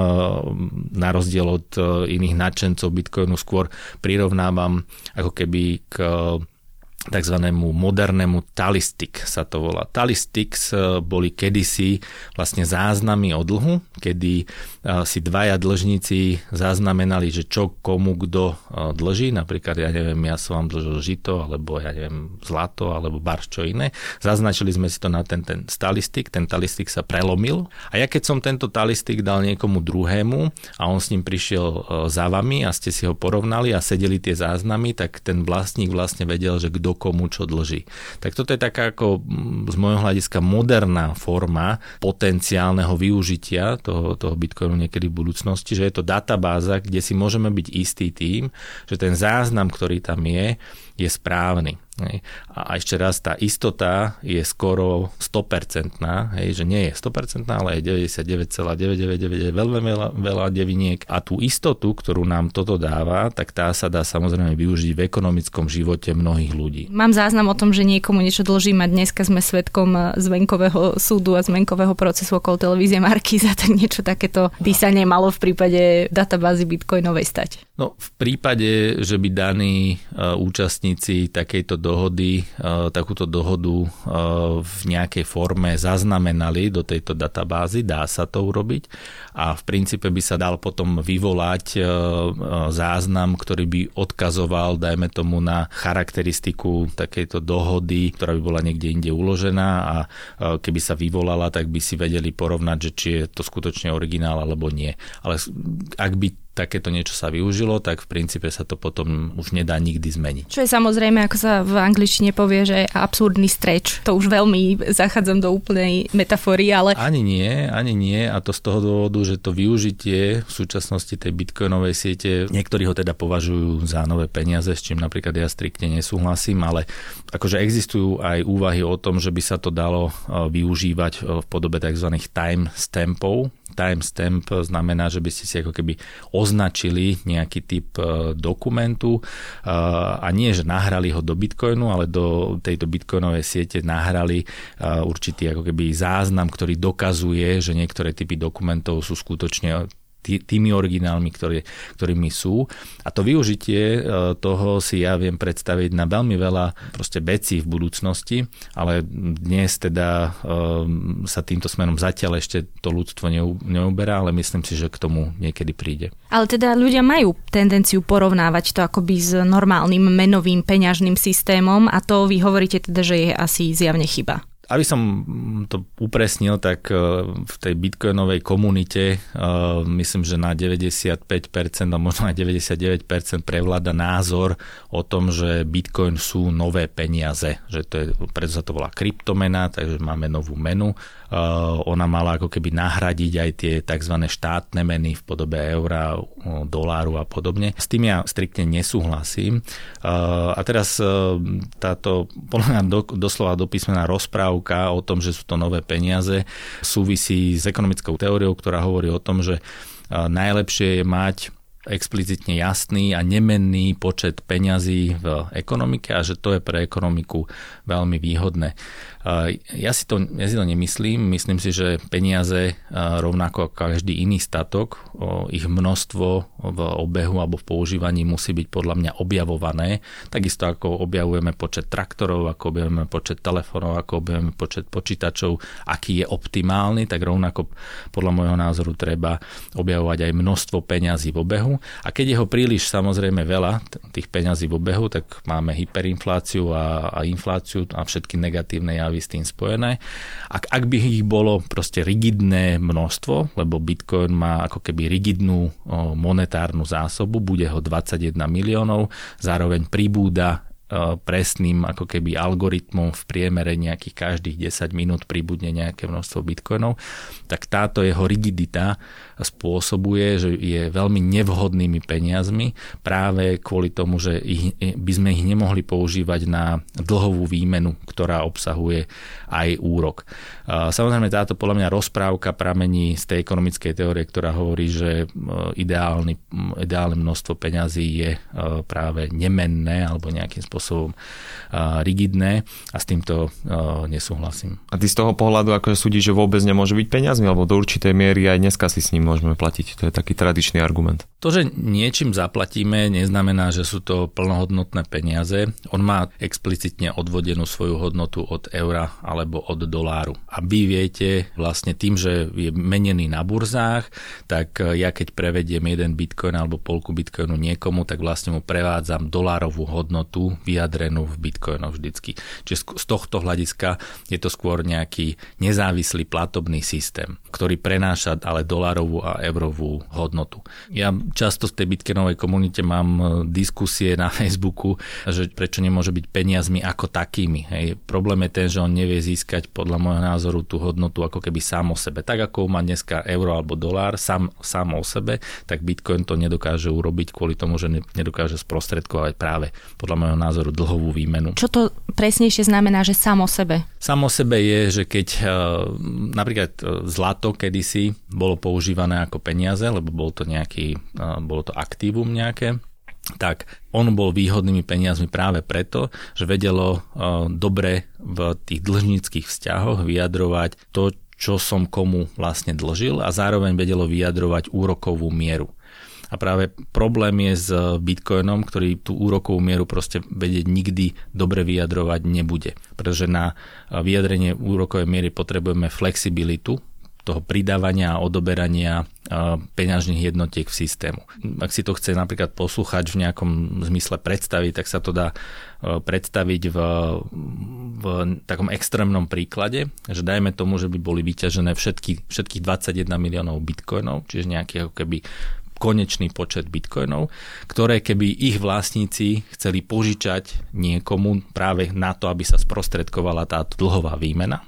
na rozdiel od iných nadšencov Bitcoinu skôr prirovnávam ako keby k takzvanému modernému talistik sa to volá. Talistics boli kedysi vlastne záznamy o dlhu, kedy si dvaja dlžníci zaznamenali, že čo komu kto dlží, napríklad ja neviem, ja som vám dlžil žito, alebo ja neviem, zlato, alebo barš čo iné. Zaznačili sme si to na ten, ten talistik, ten talistik sa prelomil a ja keď som tento talistik dal niekomu druhému a on s ním prišiel za vami a ste si ho porovnali a sedeli tie záznamy, tak ten vlastník vlastne vedel, že kto komu čo dlží. Tak toto je taká ako z môjho hľadiska moderná forma potenciálneho využitia toho, toho Bitcoinu niekedy v budúcnosti, že je to databáza, kde si môžeme byť istý tým, že ten záznam, ktorý tam je, je správny. A ešte raz, tá istota je skoro sto percent, hej, že nie je sto percent, ale je deväťdesiatdeväť celá deväťstodeväťdesiatdeväť, veľmi veľa, veľa deviniek. A tú istotu, ktorú nám toto dáva, tak tá sa dá samozrejme využiť v ekonomickom živote mnohých ľudí. Mám záznam o tom, že niekomu niečo dlžím a dneska sme svedkom zvenkového súdu a zvenkového procesu okolo televízie Markíza, tak niečo takéto by sa nemalo v prípade databázy bitcoinovej stať. No, v prípade, že by daní uh, účastníci takejto dohody, uh, takúto dohodu uh, v nejakej forme zaznamenali do tejto databázy, dá sa to urobiť a v princípe by sa dal potom vyvolať uh, uh, záznam, ktorý by odkazoval, dajme tomu, na charakteristiku takejto dohody, ktorá by bola niekde inde uložená a uh, keby sa vyvolala, tak by si vedeli porovnať, že či je to skutočne originál alebo nie. Ale ak by takéto niečo sa využilo, tak v princípe sa to potom už nedá nikdy zmeniť. Čo je samozrejme, ako sa v angličtine povie, že absurdný stretch. To už veľmi zachádzam do úplnej metafory, ale... Ani nie, ani nie a to z toho dôvodu, že to využitie v súčasnosti tej bitcoinovej siete, niektorí ho teda považujú za nové peniaze, s čím napríklad ja striktne nesúhlasím, ale akože existujú aj úvahy o tom, že by sa to dalo využívať v podobe tzv. Time stampov. Timestamp znamená, že by ste si ako keby označili nejaký typ dokumentu a nie, že nahrali ho do Bitcoinu, ale do tejto bitcoinovej siete nahrali určitý ako keby záznam, ktorý dokazuje, že niektoré typy dokumentov sú skutočne tými originálmi, ktorý, ktorými sú. A to využitie toho si ja viem predstaviť na veľmi veľa proste vecí v budúcnosti, ale dnes teda um, sa týmto smerom zatiaľ ešte to ľudstvo neuberá, ale myslím si, že k tomu niekedy príde. Ale teda ľudia majú tendenciu porovnávať to akoby s normálnym menovým peňažným systémom a to vy hovoríte teda, že je asi zjavne chyba. Aby som to upresnil, tak v tej bitcoinovej komunite myslím, že na deväťdesiatpäť percent a možno aj deväťdesiatdeväť percent prevláda názor o tom, že bitcoin sú nové peniaze. Že to je, preto sa to volá kryptomena, takže máme novú menu. Ona mala ako keby nahradiť aj tie tzv. Štátne meny v podobe eura, doláru a podobne. S tým ja striktne nesúhlasím. A teraz táto podľa mňa doslova do písmena rozprávka o tom, že sú to nové peniaze, súvisí s ekonomickou teóriou, ktorá hovorí o tom, že najlepšie je mať explicitne jasný a nemenný počet peňazí v ekonomike a že to je pre ekonomiku veľmi výhodné. Ja si to, ja si to nemyslím. Myslím si, že peniaze rovnako ako každý iný statok, ich množstvo v obehu alebo v používaní musí byť podľa mňa objavované. Takisto ako objavujeme počet traktorov, ako objavujeme počet telefónov, ako objavujeme počet počítačov, aký je optimálny, tak rovnako podľa môjho názoru treba objavovať aj množstvo peňazí v obehu. A keď je ho príliš samozrejme veľa, tých peňazí v obehu, tak máme hyperinfláciu a, a infláciu a všetky negatívne javy s tým spojené. Ak, ak by ich bolo proste rigidné množstvo, lebo Bitcoin má ako keby rigidnú o, monetárnu zásobu, bude ho dvadsaťjeden miliónov, zároveň pribúda presným ako keby algoritmom v priemere nejakých každých desať minút pribudne nejaké množstvo bitcoinov, tak táto jeho rigidita spôsobuje, že je veľmi nevhodnými peniazmi práve kvôli tomu, že ich, by sme ich nemohli používať na dlhovú výmenu, ktorá obsahuje aj úrok. Samozrejme táto podľa mňa rozprávka pramení z tej ekonomickej teórie, ktorá hovorí, že ideálny, ideálne množstvo peňazí je práve nemenné alebo nejakým spôsobom rigidné a s týmto nesúhlasím. A ty z toho pohľadu akože súdiš, že vôbec nemôže byť peniazmi, alebo do určitej miery aj dneska si s ním môžeme platiť. To je taký tradičný argument. To, že niečím zaplatíme, neznamená, že sú to plnohodnotné peniaze. On má explicitne odvodenú svoju hodnotu od eura alebo od doláru. A vy viete, vlastne tým, že je menený na burzách, tak ja keď prevediem jeden bitcoin alebo polku bitcoinu niekomu, tak vlastne mu prevádzam dolárovú hodnotu vyjadrenú v bitcoinoch vždycky. Čiže z tohto hľadiska je to skôr nejaký nezávislý platobný systém, ktorý prenáša ale dolárovú a eurovú hodnotu. Ja často v tej bitcoinovej komunite mám diskusie na Facebooku, že prečo nemôže byť peniazmi ako takými. Hej. Problém je ten, že on nevie získať podľa môjho názoru tú hodnotu ako keby sám o sebe. Tak ako má dneska euro alebo dolár sám, sám o sebe, tak bitcoin to nedokáže urobiť kvôli tomu, že nedokáže sprostredkovať práve podľa môjho názoru dlhovú výmenu. Čo to presnejšie znamená, že sám o sebe? Sám o sebe je, že keď napríklad zlato kedysi bolo používané ako peniaze, lebo bol to nejaký, bolo to aktívum nejaké, tak on bol výhodnými peniazmi práve preto, že vedelo dobre v tých dlžníckych vzťahoch vyjadrovať to, čo som komu vlastne dlžil a zároveň vedelo vyjadrovať úrokovú mieru. A práve problém je s bitcoinom, ktorý tú úrokovú mieru proste vedieť nikdy dobre vyjadrovať nebude. Pretože na vyjadrenie úrokovej miery potrebujeme flexibilitu toho pridávania a odoberania peňažných jednotiek v systému. Ak si to chce napríklad posluchač v nejakom zmysle predstaviť, tak sa to dá predstaviť v, v takom extrémnom príklade, že dajme tomu, že by boli vyťažené všetky, všetkých dvadsaťjeden miliónov bitcoinov, čiže nejaký ako keby konečný počet bitcoinov, ktoré keby ich vlastníci chceli požičať niekomu práve na to, aby sa sprostredkovala táto dlhová výmena,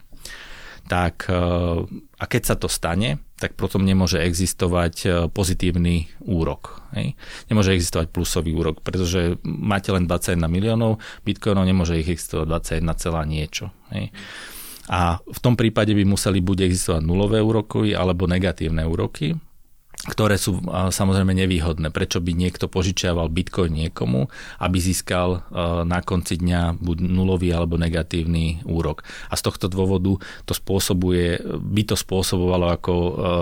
tak a keď sa to stane, tak potom nemôže existovať pozitívny úrok. Hej. Nemôže existovať plusový úrok, pretože máte len dvadsaťjeden miliónov bitcoinov, nemôže ich existovať dvadsaťjeden celá niečo. Hej. A v tom prípade by museli buď existovať nulové úroky alebo negatívne úroky, ktoré sú samozrejme nevýhodné. Prečo by niekto požičiaval bitcoin niekomu, aby získal na konci dňa buď nulový alebo negatívny úrok. A z tohto dôvodu to spôsobuje, by to spôsobovalo ako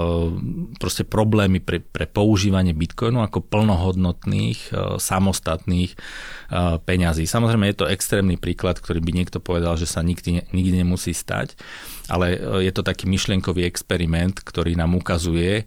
proste problémy pre, pre používanie bitcoinu ako plnohodnotných, samostatných peňazí. Samozrejme je to extrémny príklad, ktorý by niekto povedal, že sa nikdy, nikdy nemusí stať, ale je to taký myšlienkový experiment, ktorý nám ukazuje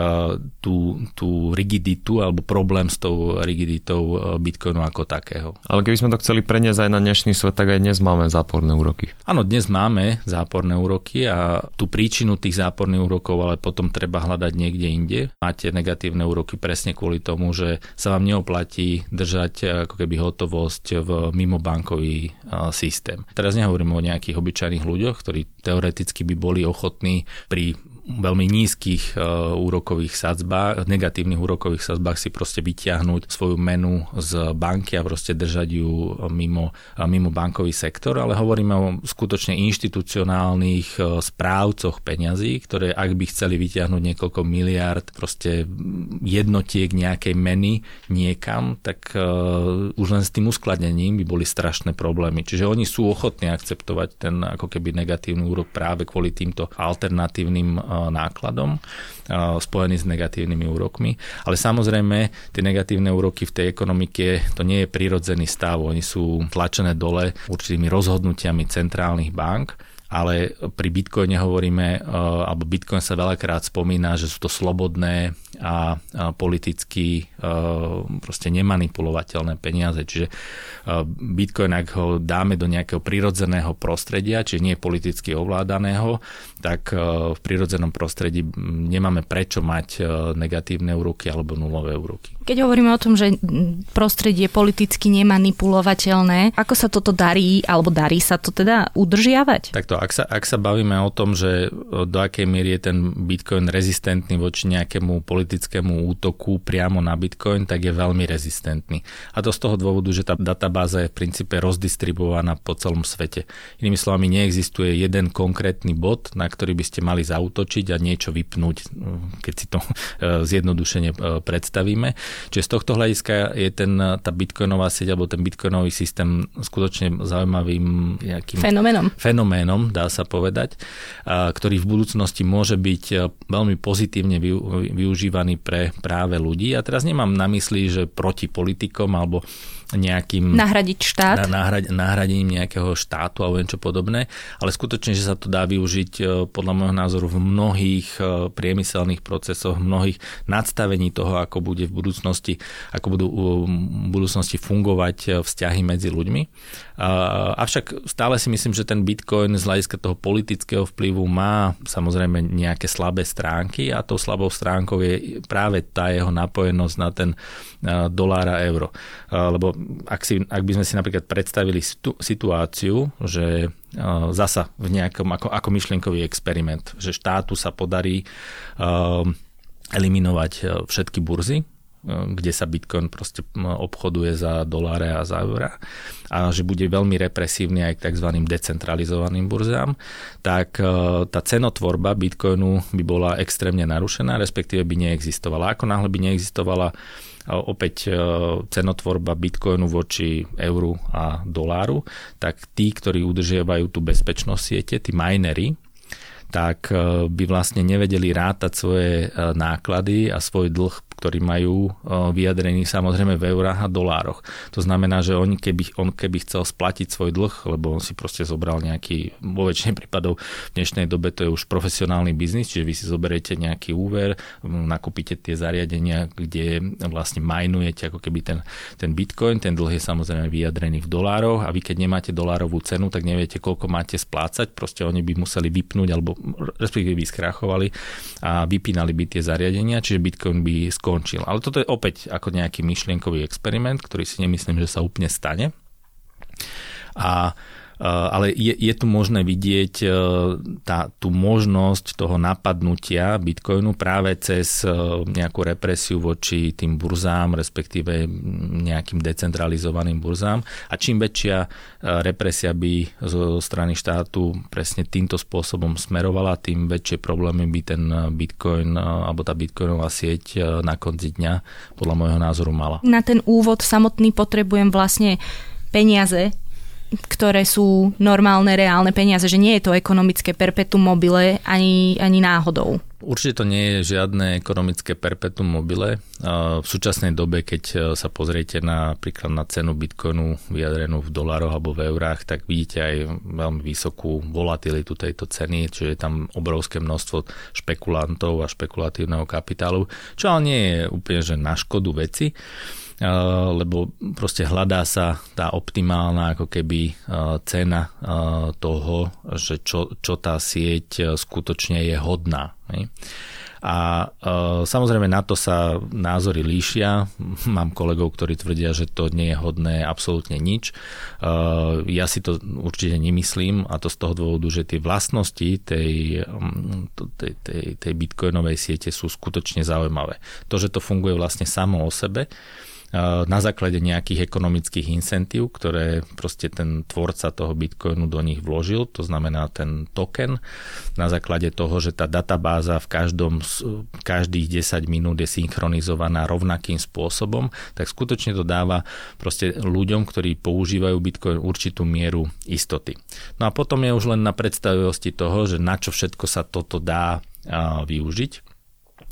Tú, tú rigiditu alebo problém s tou rigiditou bitcoinu ako takého. Ale keby sme to chceli preniesť aj na dnešný svet, tak aj dnes máme záporné úroky. Áno, dnes máme záporné úroky a tú príčinu tých záporných úrokov ale potom treba hľadať niekde inde. Máte negatívne úroky presne kvôli tomu, že sa vám neoplatí držať ako keby hotovosť v mimobankový systém. Teraz nehovorím o nejakých obyčajných ľuďoch, ktorí teoreticky by boli ochotní pri veľmi nízkych uh, úrokových sadzbách, negatívnych úrokových sadzbách si proste vyťahnuť svoju menu z banky a proste držať ju mimo, mimo bankový sektor, ale hovoríme o skutočne inštitucionálnych uh, správcoch peňazí, ktoré ak by chceli vyťahnuť niekoľko miliárd proste jednotiek nejakej meny niekam, tak uh, už len s tým uskladnením by boli strašné problémy. Čiže oni sú ochotní akceptovať ten ako keby negatívny úrok práve kvôli týmto alternatívnym nákladom spojený s negatívnymi úrokmi. Ale samozrejme, tie negatívne úroky v tej ekonomike, to nie je prirodzený stav. Oni sú tlačené dole určitými rozhodnutiami centrálnych bank, ale pri Bitcoine hovoríme, alebo Bitcoin sa veľakrát spomína, že sú to slobodné a politicky proste nemanipulovateľné peniaze. Čiže Bitcoin, ak ho dáme do nejakého prirodzeného prostredia, čiže nie politicky ovládaného, tak v prirodzenom prostredí nemáme prečo mať negatívne úroky alebo nulové úroky. Keď hovoríme o tom, že prostredie politicky nemanipulovateľné, ako sa toto darí, alebo darí sa to teda udržiavať? Takto, ak sa, ak sa bavíme o tom, že do akej miery je ten Bitcoin rezistentný voči nejakému politickému útoku priamo na Bitcoin, tak je veľmi rezistentný. A to z toho dôvodu, že tá databáza je v princípe rozdistribuovaná po celom svete. Inými slovami, neexistuje jeden konkrétny bod, na ktorý by ste mali zaútočiť a niečo vypnúť, keď si to zjednodušene predstavíme. Čiže z tohto hľadiska je ten, tá bitcoinová sieť alebo ten bitcoinový systém skutočne zaujímavým nejakým fenoménom. fenoménom, dá sa povedať, ktorý v budúcnosti môže byť veľmi pozitívne využívaný pre práve ľudí. A teraz nemám na mysli, že proti politikom alebo nejakým... Nahradiť štát. Nahrad, nahradením nejakého štátu alebo niečo podobné, ale skutočne, že sa to dá využiť podľa môjho názoru v mnohých priemyselných procesoch, v mnohých nadstavení toho, ako bude v budúcnosti, ako budú v budúcnosti fungovať vzťahy medzi ľuďmi. Avšak stále si myslím, že ten Bitcoin z hľadiska toho politického vplyvu má samozrejme nejaké slabé stránky a tou slabou stránkou je práve tá jeho napojenosť na ten dolár a euro. Lebo ak, si, ak by sme si napríklad predstavili situáciu, že zasa v nejakom ako, ako myšlienkový experiment, že štátu sa podarí eliminovať všetky burzy, kde sa Bitcoin proste obchoduje za doláre a za eurá a že bude veľmi represívny aj k tzv. Decentralizovaným burzám, tak tá cenotvorba Bitcoinu by bola extrémne narušená, respektíve by neexistovala. Ako náhle by neexistovala opäť cenotvorba Bitcoinu voči euru a doláru, tak tí, ktorí udržiavajú tú bezpečnosť siete, tí minery, tak by vlastne nevedeli rátať svoje náklady a svoj dlh, ktorý majú vyjadrený samozrejme v eurách a dolároch. To znamená, že on keby, on keby chcel splatiť svoj dlh, lebo on si proste zobral nejaký, vo väčšine prípadov v dnešnej dobe to je už profesionálny biznis, čiže vy si zoberiete nejaký úver, nakúpite tie zariadenia, kde vlastne majnujete ako keby ten, ten Bitcoin, ten dlh je samozrejme vyjadrený v dolároch a vy keď nemáte dolárovú cenu, tak neviete, koľko máte splácať, proste oni by museli vypnúť alebo respektíve by skrachovali a vypínali by tie zariadenia, čiže Bitcoin by skončil. Ale toto je opäť ako nejaký myšlienkový experiment, ktorý si nemyslím, že sa úplne stane. A ale je, je tu možné vidieť tá, tú možnosť toho napadnutia Bitcoinu práve cez nejakú represiu voči tým burzám, respektíve nejakým decentralizovaným burzám. A čím väčšia represia by zo strany štátu presne týmto spôsobom smerovala, tým väčšie problémy by ten Bitcoin alebo tá bitcoinová sieť na konci dňa podľa môjho názoru mala. Na ten úvod samotný potrebujem vlastne peniaze, ktoré sú normálne, reálne peniaze, že nie je to ekonomické perpetuum mobile ani, ani náhodou. Určite to nie je žiadne ekonomické perpetuum mobile. V súčasnej dobe, keď sa pozriete napríklad na cenu Bitcoinu vyjadrenú v dolároch alebo v eurách, tak vidíte aj veľmi vysokú volatilitu tejto ceny, čiže je tam obrovské množstvo špekulantov a špekulatívneho kapitálu, čo ale nie je úplne že na škodu veci, lebo proste hľadá sa tá optimálna ako keby cena toho, že čo, čo tá sieť skutočne je hodná. A samozrejme na to sa názory líšia. Mám kolegov, ktorí tvrdia, že to nie je hodné absolútne nič. Ja si to určite nemyslím a to z toho dôvodu, že tie vlastnosti tej, tej, tej, tej bitcoinovej siete sú skutočne zaujímavé. To, že to funguje vlastne samo o sebe, na základe nejakých ekonomických incentív, ktoré proste ten tvorca toho Bitcoinu do nich vložil, to znamená ten token, na základe toho, že tá databáza v každom, každých desať minút je synchronizovaná rovnakým spôsobom, tak skutočne to dáva proste ľuďom, ktorí používajú Bitcoin určitú mieru istoty. No a potom je už len na predstavivosti toho, že na čo všetko sa toto dá využiť.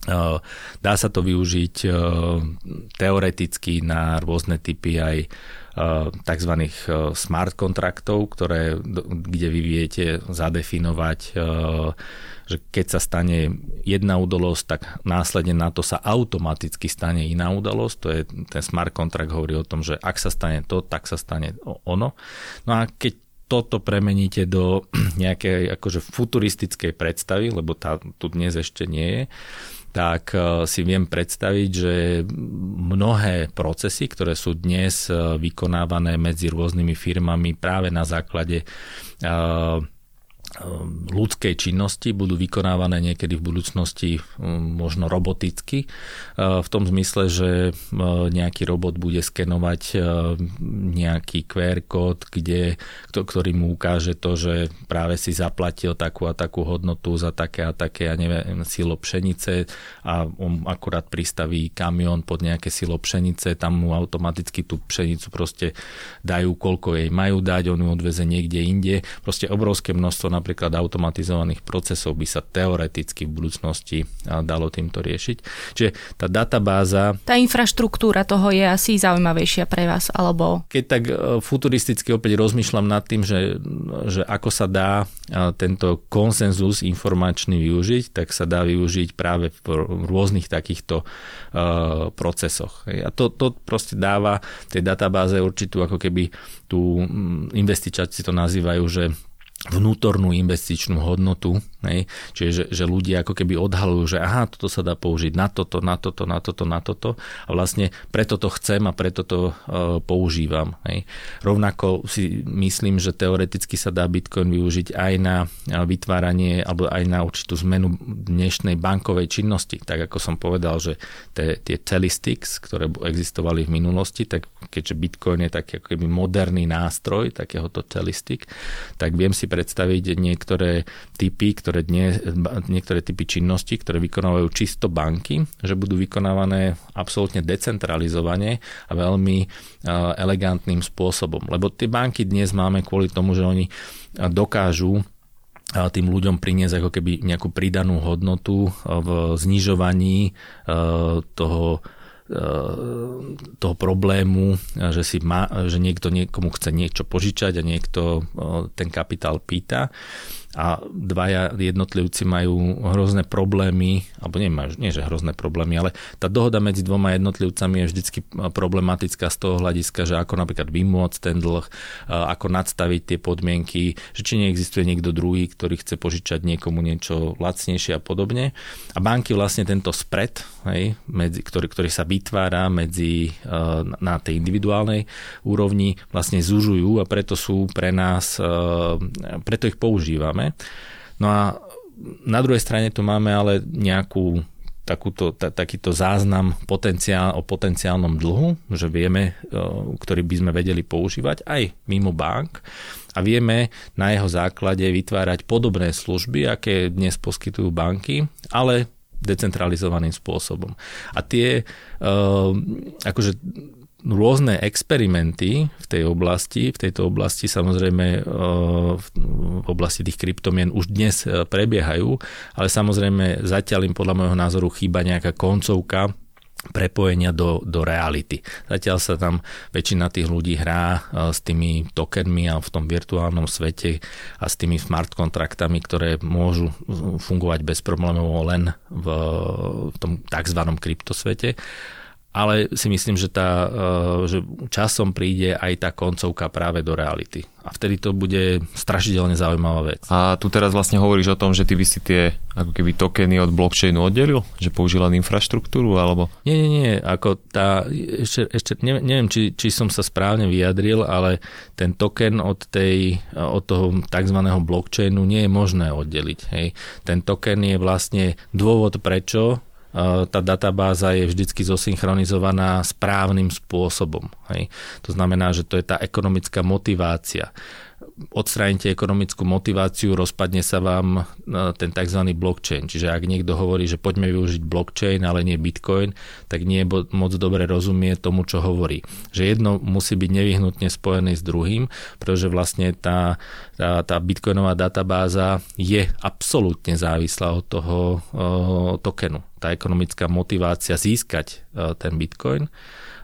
Dá sa to využiť teoreticky na rôzne typy aj tzv. Smart kontraktov, ktoré, kde vy viete zadefinovať, že keď sa stane jedna udalosť, tak následne na to sa automaticky stane iná udalosť. To je, ten smart kontrakt hovorí o tom, že ak sa stane to, tak sa stane ono. No a keď toto premeníte do nejakej akože futuristickej predstavy, lebo tá tu dnes ešte nie je, tak si viem predstaviť, že mnohé procesy, ktoré sú dnes vykonávané medzi rôznymi firmami práve na základe ľudskej činnosti budú vykonávané niekedy v budúcnosti možno roboticky, v tom zmysle, že nejaký robot bude skenovať nejaký kú ér kód, kde, ktorý mu ukáže to, že práve si zaplatil takú a takú hodnotu za také a také, ja neviem, silo pšenice a on akurát pristaví kamión pod nejaké silo pšenice, tam mu automaticky tú pšenicu proste dajú, koľko jej majú dať, on ju odveze niekde inde, proste obrovské množstvo napríklad automatizovaných procesov by sa teoreticky v budúcnosti dalo týmto riešiť. Čiže tá databáza... Tá infraštruktúra toho je asi zaujímavejšia pre vás, alebo... Keď tak futuristicky opäť rozmýšľam nad tým, že, že ako sa dá tento konsenzus informačný využiť, tak sa dá využiť práve v rôznych takýchto uh, procesoch. A to, to proste dáva tej databáze určitú ako keby tú investičáci to nazývajú, že vnútornú investičnú hodnotu, hej? Čiže že, že ľudia ako keby odhalujú, že aha, toto sa dá použiť na toto, na toto, na toto, na toto a vlastne preto to chcem a preto to uh, používam. Hej? Rovnako si myslím, že teoreticky sa dá Bitcoin využiť aj na vytváranie alebo aj na určitú zmenu dnešnej bankovej činnosti. Tak ako som povedal, že te, tie telesticks, ktoré existovali v minulosti, tak keďže Bitcoin je taký ako keby moderný nástroj takéhoto telestick, tak viem si predstaviť niektoré typy, ktoré dnes, niektoré typy činností, ktoré vykonávajú čisto banky, že budú vykonávané absolútne decentralizovane a veľmi uh, elegantným spôsobom. Lebo tie banky dnes máme kvôli tomu, že oni dokážu tým ľuďom priniesť ako keby nejakú pridanú hodnotu v znižovaní uh, toho toho problému, že, si má, že niekto niekomu chce niečo požičať a niekto ten kapitál pýta a dvaja jednotlivci majú hrozné problémy, alebo nie, nie že hrozné problémy, ale tá dohoda medzi dvoma jednotlivcami je vždycky problematická z toho hľadiska, že ako napríklad vymôcť ten dlh, ako nadstaviť tie podmienky, že či neexistuje niekto druhý, ktorý chce požičať niekomu niečo lacnejšie a podobne. A banky vlastne tento spread, hej, medzi, ktorý, ktorý sa vytvára medzi, na tej individuálnej úrovni, vlastne zužujú a preto sú pre nás, preto ich používame. No a na druhej strane tu máme ale nejakú takúto, ta, takýto záznam potenciál, o potenciálnom dlhu, že vieme, ktorý by sme vedeli používať aj mimo bank a vieme na jeho základe vytvárať podobné služby, aké dnes poskytujú banky, ale decentralizovaným spôsobom. A tie akože rôzne experimenty v tej oblasti, v tejto oblasti samozrejme v oblasti tých kryptomien už dnes prebiehajú, ale samozrejme zatiaľ im podľa môjho názoru chýba nejaká koncovka prepojenia do, do reality. Zatiaľ sa tam väčšina tých ľudí hrá s tými tokenmi a v tom virtuálnom svete a s tými smart kontraktami, ktoré môžu fungovať bez problémov len v, v tom takzvanom kryptosvete. Ale si myslím, že, tá, že časom príde aj tá koncovka práve do reality. A vtedy to bude strašidelne zaujímavá vec. A tu teraz vlastne hovoríš o tom, že ty by si tie ako keby tokeny od blockchainu oddelil? Že použil len infraštruktúru? Alebo... Nie, nie, nie. Ako tá, ešte, ešte neviem, či, či som sa správne vyjadril, ale ten token od, tej, od toho takzvaného blockchainu nie je možné oddeliť. Hej. Ten token je vlastne dôvod, prečo tá databáza je vždycky zosynchronizovaná správnym spôsobom. Hej. To znamená, že to je tá ekonomická motivácia. Odstránite ekonomickú motiváciu, rozpadne sa vám ten tzv. Blockchain. Čiže ak niekto hovorí, že poďme využiť blockchain, ale nie bitcoin, tak nie moc dobre rozumie tomu, čo hovorí. Že jedno musí byť nevyhnutne spojené s druhým, pretože vlastne tá, tá, tá bitcoinová databáza je absolútne závislá od toho uh, tokenu. Tá ekonomická motivácia získať uh, ten bitcoin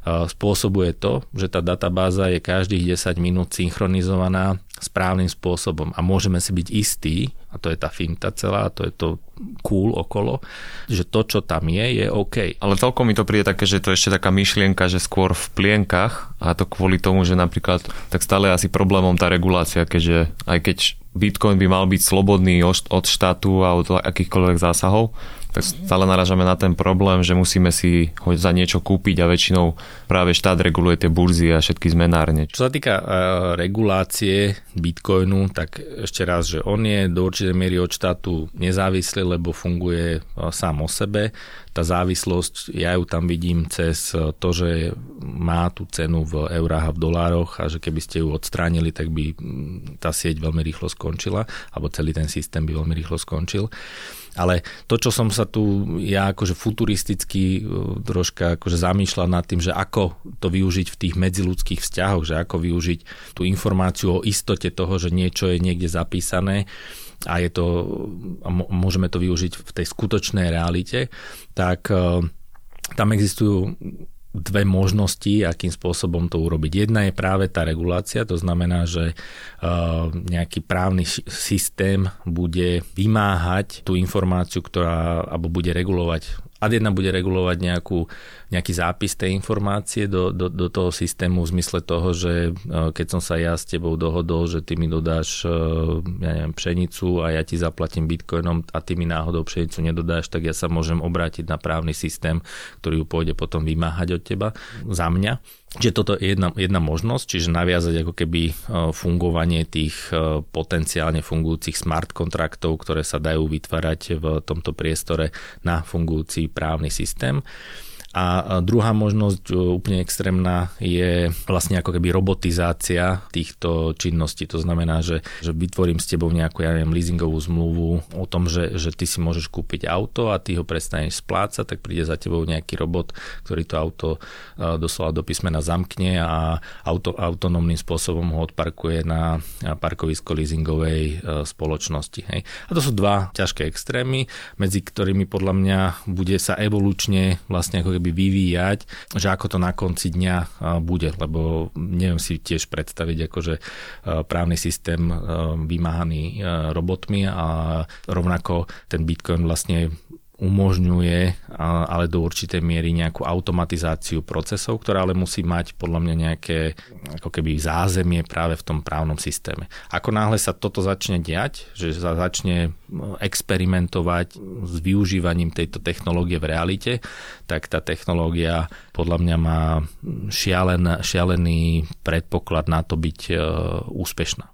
spôsobuje to, že tá databáza je každých desať minút synchronizovaná správnym spôsobom a môžeme si byť istí, a to je tá finta celá, to je to cool okolo, že to, čo tam je, je OK. Ale celkom mi to príde také, že to je ešte taká myšlienka, že skôr v plienkach, a to kvôli tomu, že napríklad tak stále je asi problémom tá regulácia, keďže aj keď Bitcoin by mal byť slobodný od štátu a od akýchkoľvek zásahov, tak stále narážame na ten problém, že musíme si ho za niečo kúpiť a väčšinou práve štát reguluje tie burzy a všetky zmenárne. Čo sa týka uh, regulácie Bitcoinu, tak ešte raz, že on je do určitej miery od štátu nezávislý, lebo funguje uh, sám o sebe. Tá závislosť, ja ju tam vidím cez to, že má tú cenu v eurách a v dolároch a že keby ste ju odstránili, tak by tá sieť veľmi rýchlo skončila, alebo celý ten systém by veľmi rýchlo skončil. Ale to, čo som sa tu ja akože futuristicky troška akože zamýšľal nad tým, že ako to využiť v tých medziľudských vzťahoch, že ako využiť tú informáciu o istote toho, že niečo je niekde zapísané a je to, a môžeme to využiť v tej skutočnej realite, tak tam existujú dve možnosti, akým spôsobom to urobiť. Jedna je práve tá regulácia, to znamená, že uh, nejaký právny systém bude vymáhať tú informáciu, ktorá, alebo bude regulovať, ad jedna bude regulovať nejakú, nejaký zápis tej informácie do, do, do toho systému v zmysle toho, že uh, keď som sa ja s tebou dohodol, že ty mi dodáš uh, ja neviem, pšenicu a ja ti zaplatím bitcoinom a ty mi náhodou pšenicu nedodáš, tak ja sa môžem obrátiť na právny systém, ktorý ju pôjde potom vymáhať od teba za mňa. Čiže toto je jedna, jedna možnosť, čiže naviazať ako keby fungovanie tých potenciálne fungujúcich smart kontraktov, ktoré sa dajú vytvárať v tomto priestore na fungujúci právny systém. A druhá možnosť úplne extrémna je vlastne ako keby robotizácia týchto činností. To znamená, že, že vytvorím s tebou nejakú, ja neviem, leasingovú zmluvu o tom, že, že ty si môžeš kúpiť auto a ty ho prestaneš splácať, tak príde za tebou nejaký robot, ktorý to auto doslova do písmena zamkne a auto, autonómnym spôsobom ho odparkuje na parkovisko leasingovej spoločnosti. Hej. A to sú dva ťažké extrémy, medzi ktorými podľa mňa bude sa evolučne vlastne ako keby vyvíjať, že ako to na konci dňa bude, lebo neviem si tiež predstaviť akože právny systém vymáhaný robotmi a rovnako ten Bitcoin vlastne umožňuje ale do určitej miery nejakú automatizáciu procesov, ktorá ale musí mať podľa mňa nejaké ako keby zázemie práve v tom právnom systéme. Ako náhle sa toto začne diať, že sa začne experimentovať s využívaním tejto technológie v realite, tak tá technológia podľa mňa má šialen, šialený predpoklad na to byť úspešná.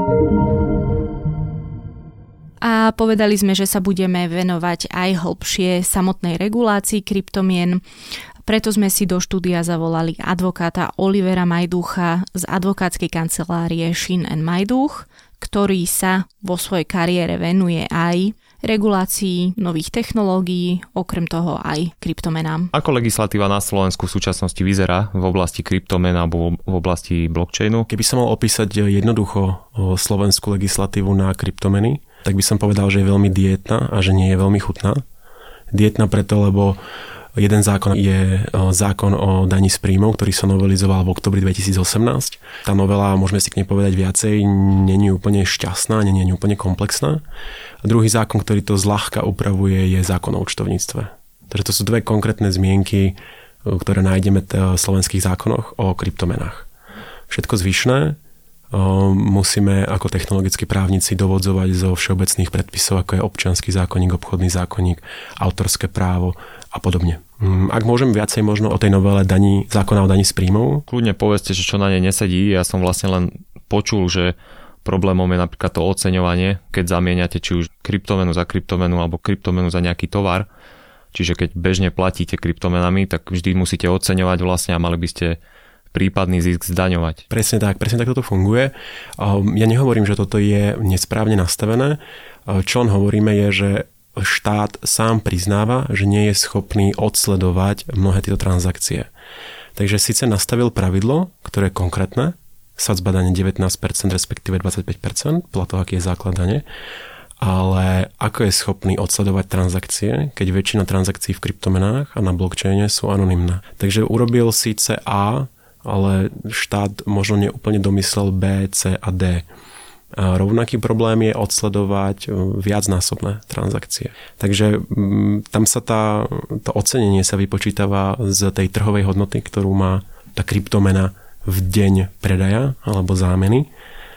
A povedali sme, že sa budeme venovať aj hlbšie samotnej regulácii kryptomien. Preto sme si do štúdia zavolali advokáta Olivera Majducha z advokátskej kancelárie Shin and Majduch, ktorý sa vo svojej kariére venuje aj regulácii nových technológií, okrem toho aj kryptomenám. Ako legislatíva na Slovensku v súčasnosti vyzerá v oblasti kryptomena alebo v oblasti blockchainu? Keby som mal opísať jednoducho slovenskú legislatívu na kryptomeny, tak by som povedal, že je veľmi diétna a že nie je veľmi chutná. Diétna preto, lebo jeden zákon je zákon o daní z príjmov, ktorý sa novelizoval v októbri dvetisícosemnásť. Tá novela, môžeme si k nej povedať viacej, nie je úplne šťastná, nie je úplne komplexná. A druhý zákon, ktorý to zľahka upravuje, je zákon o účtovníctve. Takže to sú dve konkrétne zmienky, ktoré nájdeme v slovenských zákonoch o kryptomenách. Všetko zvyšné musíme ako technologickí právnici dovodzovať zo všeobecných predpisov, ako je občiansky zákonník, obchodný zákonník, autorské právo a podobne. Ak môžem viacej možno o tej novele daní, zákona o daní z príjmov? Kľudne povedzte, že čo na nej nesedí. Ja som vlastne len počul, že problémom je napríklad to oceňovanie, keď zamieňate či už kryptomenu za kryptomenu alebo kryptomenu za nejaký tovar. Čiže keď bežne platíte kryptomenami, tak vždy musíte oceňovať vlastne a mali by ste prípadný zisk zdaňovať. Presne tak, presne tak toto funguje. Ja nehovorím, že toto je nesprávne nastavené. Čo on hovoríme je, že štát sám priznáva, že nie je schopný odsledovať mnohé tieto transakcie. Takže síce nastavil pravidlo, ktoré je konkrétne, sadzba dane devätnásť percent respektíve dvadsaťpäť percent, podľa toho, aký je základ dane, ale ako je schopný odsledovať transakcie, keď väčšina transakcií v kryptomenách a na blockchaine sú anonymné. Takže urobil síce A, ale štát možno neúplne domyslel B, C a D. A rovnaký problém je odsledovať viacnásobné transakcie. Takže tam sa tá, to ocenenie sa vypočítava z tej trhovej hodnoty, ktorú má tá kryptomena v deň predaja alebo zámeny.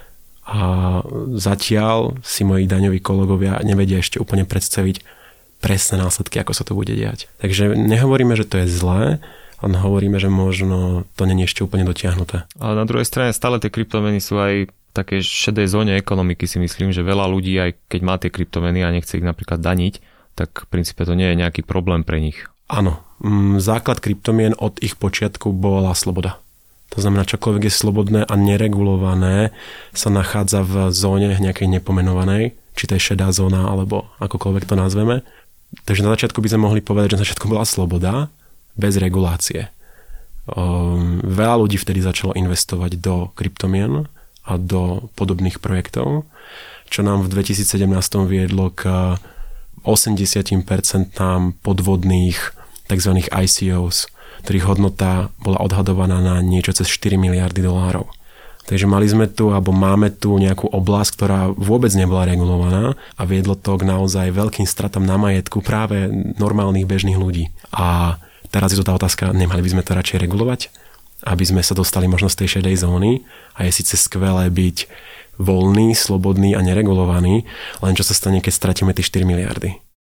A zatiaľ si moji daňoví kolegovia nevedia ešte úplne predstaviť presné následky, ako sa to bude diať. Takže nehovoríme, že to je zlé, len hovoríme, že možno to nie je ešte úplne dotiahnuté. Ale na druhej strane stále tie kryptomeny sú aj také šedej zóne ekonomiky, si myslím, že veľa ľudí, aj keď má tie kryptomeny a nechce ich napríklad daniť, tak v princípe to nie je nejaký problém pre nich. Áno, základ kryptomien od ich počiatku bola sloboda. To znamená, čokoľvek je slobodné a neregulované sa nachádza v zóne nejakej nepomenovanej, či to je šedá zóna, alebo akokoľvek to nazveme. Takže na začiatku by sme mohli povedať, že na začiatku bola sloboda bez regulácie. Um, veľa ľudí vtedy začalo investovať do kryptomien a do podobných projektov, čo nám v dvetisícsedemnásť viedlo k osemdesiat percent podvodných tzv. í cé os, ktorých hodnota bola odhadovaná na niečo cez štyri miliardy dolárov. Takže mali sme tu, alebo máme tu nejakú oblasť, ktorá vôbec nebola regulovaná a viedlo to k naozaj veľkým stratám na majetku práve normálnych bežných ľudí. A teraz je to tá otázka, nemali by sme to radšej regulovať, aby sme sa dostali možno z tej šedej zóny, a je síce skvelé byť voľný, slobodný a neregulovaný, len čo sa stane, keď stratíme tie štyri miliardy.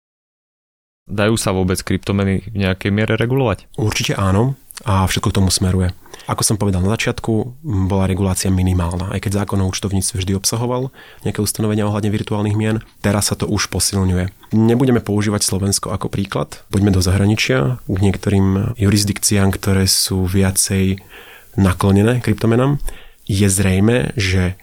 Dajú sa vôbec kryptomeny v nejakej miere regulovať? Určite áno a všetko k tomu smeruje. Ako som povedal na začiatku, bola regulácia minimálna, aj keď zákon o účtovníctve vždy obsahoval nejaké ustanovenia ohľadne virtuálnych mien. Teraz sa to už posilňuje. Nebudeme používať Slovensko ako príklad. Poďme do zahraničia, k niektorým jurisdikciám, ktoré sú viacej naklonené kryptomenám. Je zrejme, že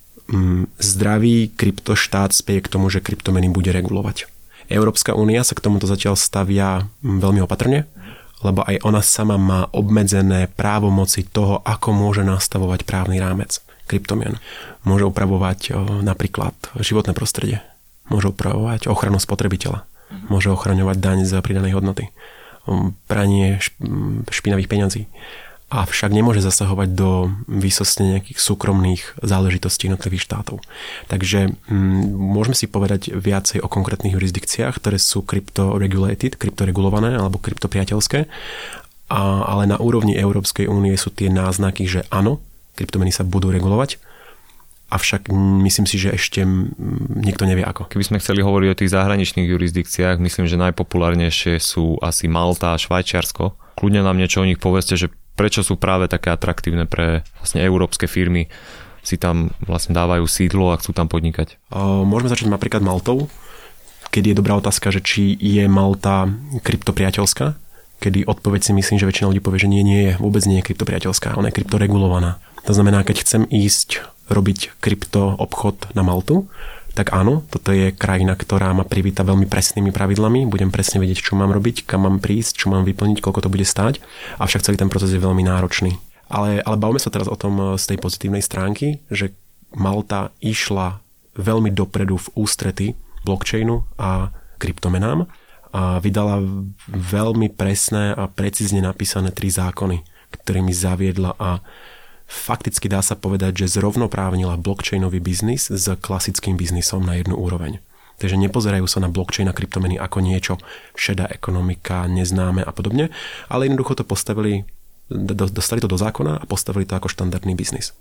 zdravý kryptoštát speje k tomu, že kryptomeny bude regulovať. Európska únia sa k tomuto zatiaľ stavia veľmi opatrne, lebo aj ona sama má obmedzené právomoci toho, ako môže nastavovať právny rámec kryptomien. Môže upravovať napríklad životné prostredie, môže upravovať ochranu spotrebiteľa, môže ochraňovať daň z pridanej hodnoty, pranie špinavých peňazí. Avšak nemôže zasahovať do výsostne nejakých súkromných záležitostí jednotlivých štátov. Takže m, môžeme si povedať viacej o konkrétnych jurisdikciách, ktoré sú crypto-regulated, kryptoregulované alebo kryptopriateľské, a, ale na úrovni Európskej únie sú tie náznaky, že áno, kryptomeny sa budú regulovať, avšak myslím si, že ešte nikto nevie ako. Keby sme chceli hovoriť o tých zahraničných jurisdikciách, myslím, že najpopulárnejšie sú asi Malta a Švajčiarsko. Kľudne nám niečo o nich povedzte, že prečo sú práve také atraktívne pre vlastne európske firmy, si tam vlastne dávajú sídlo a chcú tam podnikať? Môžeme začať napríklad Maltou, kedy je dobrá otázka, že či je Malta kryptopriateľská, kedy odpoveď si myslím, že väčšina ľudí povie, že nie, nie je, vôbec nie je kryptopriateľská, ona je kryptoregulovaná. To znamená, keď chcem ísť robiť krypto obchod na Maltu, tak áno, toto je krajina, ktorá ma privíta veľmi presnými pravidlami, budem presne vedieť, čo mám robiť, kam mám prísť, čo mám vyplniť, koľko to bude stáť, avšak celý ten proces je veľmi náročný. Ale, ale bavme sa teraz o tom z tej pozitívnej stránky, že Malta išla veľmi dopredu v ústrety blockchainu a kryptomenám a vydala veľmi presné a precízne napísané tri zákony, ktorými zaviedla a fakticky dá sa povedať, že zrovnoprávnila blockchainový biznis s klasickým biznisom na jednu úroveň. Takže nepozerajú sa na blockchain a kryptomeny ako niečo šedá ekonomika, neznáme a podobne, ale jednoducho to postavili, dostali to do zákona a postavili to ako štandardný biznis.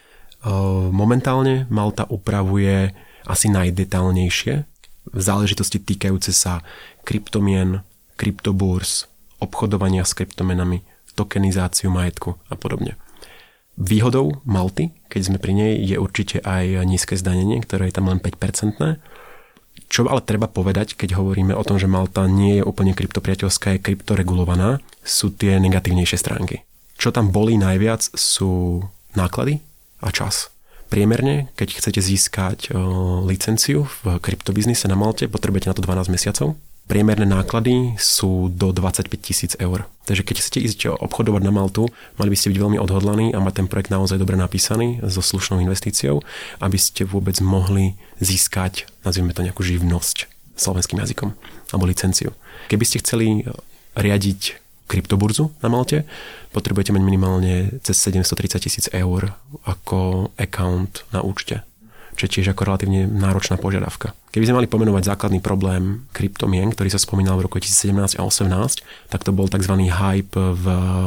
Momentálne Malta upravuje asi najdetálnejšie záležitosti týkajúce sa kryptomien, kryptobúrs, obchodovania s kryptomenami, tokenizáciu majetku a podobne. Výhodou Malty, keď sme pri nej, je určite aj nízke zdanenie, ktoré je tam len päť percent. Čo ale treba povedať, keď hovoríme o tom, že Malta nie je úplne kryptopriateľská, je kryptoregulovaná, sú tie negatívnejšie stránky. Čo tam bolí najviac, sú náklady a čas. Priemerne, keď chcete získať o, licenciu v kryptobiznise na Malte, potrebujete na to dvanásť mesiacov. Priemerné náklady sú do dvadsaťpäť tisíc eur. Takže keď chcete ísť obchodovať na Maltu, mali by ste byť veľmi odhodlaní a mať ten projekt naozaj dobre napísaný so slušnou investíciou, aby ste vôbec mohli získať, nazvime to nejakú živnosť slovenským jazykom alebo licenciu. Keby ste chceli riadiť kryptoburzu na Malte, potrebujete mať minimálne cez sedemstotridsať tisíc eur ako account na účte, čo je tiež ako relatívne náročná požiadavka. Keby sme mali pomenovať základný problém kryptomien, ktorý sa spomínal v roku dvetisícsedemnásť a osemnásť, tak to bol tzv. Hype v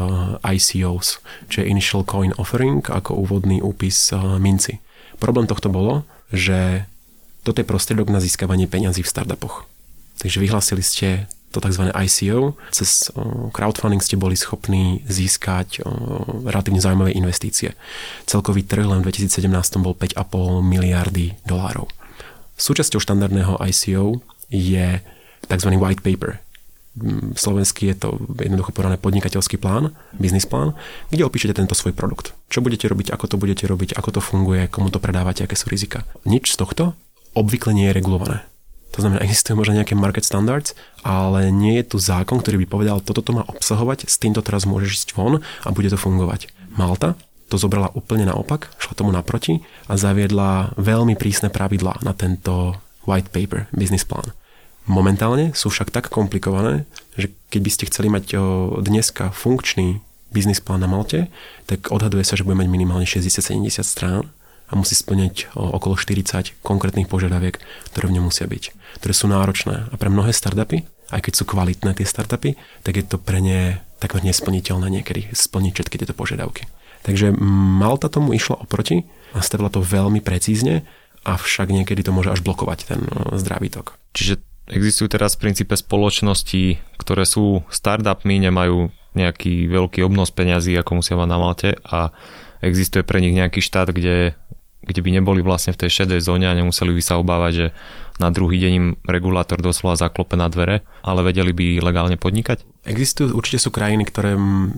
I C Os, čo je Initial Coin Offering, ako úvodný úpis minci. Problém tohto bolo, že toto je prostriedok na získavanie peňazí v startupoch. Takže vyhlásili ste to tzv. I C O. Cez crowdfunding ste boli schopní získať relatívne zaujímavé investície. Celkový trh len v dvetisícsedemnásť bol päť a pol miliardy dolárov. Súčasťou štandardného I C O je tzv. White paper. Slovensky je to jednoducho povedané podnikateľský plán, business plán, kde opíšete tento svoj produkt. Čo budete robiť, ako to budete robiť, ako to funguje, komu to predávate, aké sú rizika. Nič z tohto obvykle nie je regulované. To znamená, existujú možno nejaké market standards, ale nie je tu zákon, ktorý by povedal, toto to má obsahovať, s týmto teraz môžeš ísť von a bude to fungovať. Malta to zobrala úplne naopak, šla tomu naproti a zaviedla veľmi prísne pravidlá na tento white paper, business plán. Momentálne sú však tak komplikované, že keď by ste chceli mať dneska funkčný business plán na Malte, tak odhaduje sa, že bude mať minimálne šesťdesiat sedemdesiat strán a musí splňať okolo štyridsať konkrétnych požiadaviek, ktoré v ňom musia byť, ktoré sú náročné. A pre mnohé startupy, aj keď sú kvalitné tie startupy, tak je to pre ne takmer nesplniteľné niekedy splniť všetky tieto požiadavky. Takže Malta tomu išla oproti a stavila to veľmi precízne, avšak niekedy to môže až blokovať ten zdravý tok. Čiže existujú teraz v princípe spoločnosti, ktoré sú startupmi, nemajú nejaký veľký obnos peňazí, ako musia mať na Malte a existuje pre nich nejaký štát, kde, kde by neboli vlastne v tej šedej zóne a nemuseli by sa obávať, že na druhý deň im regulátor doslova zaklope na dvere, ale vedeli by legálne podnikať? Existujú, určite sú krajiny, ktoré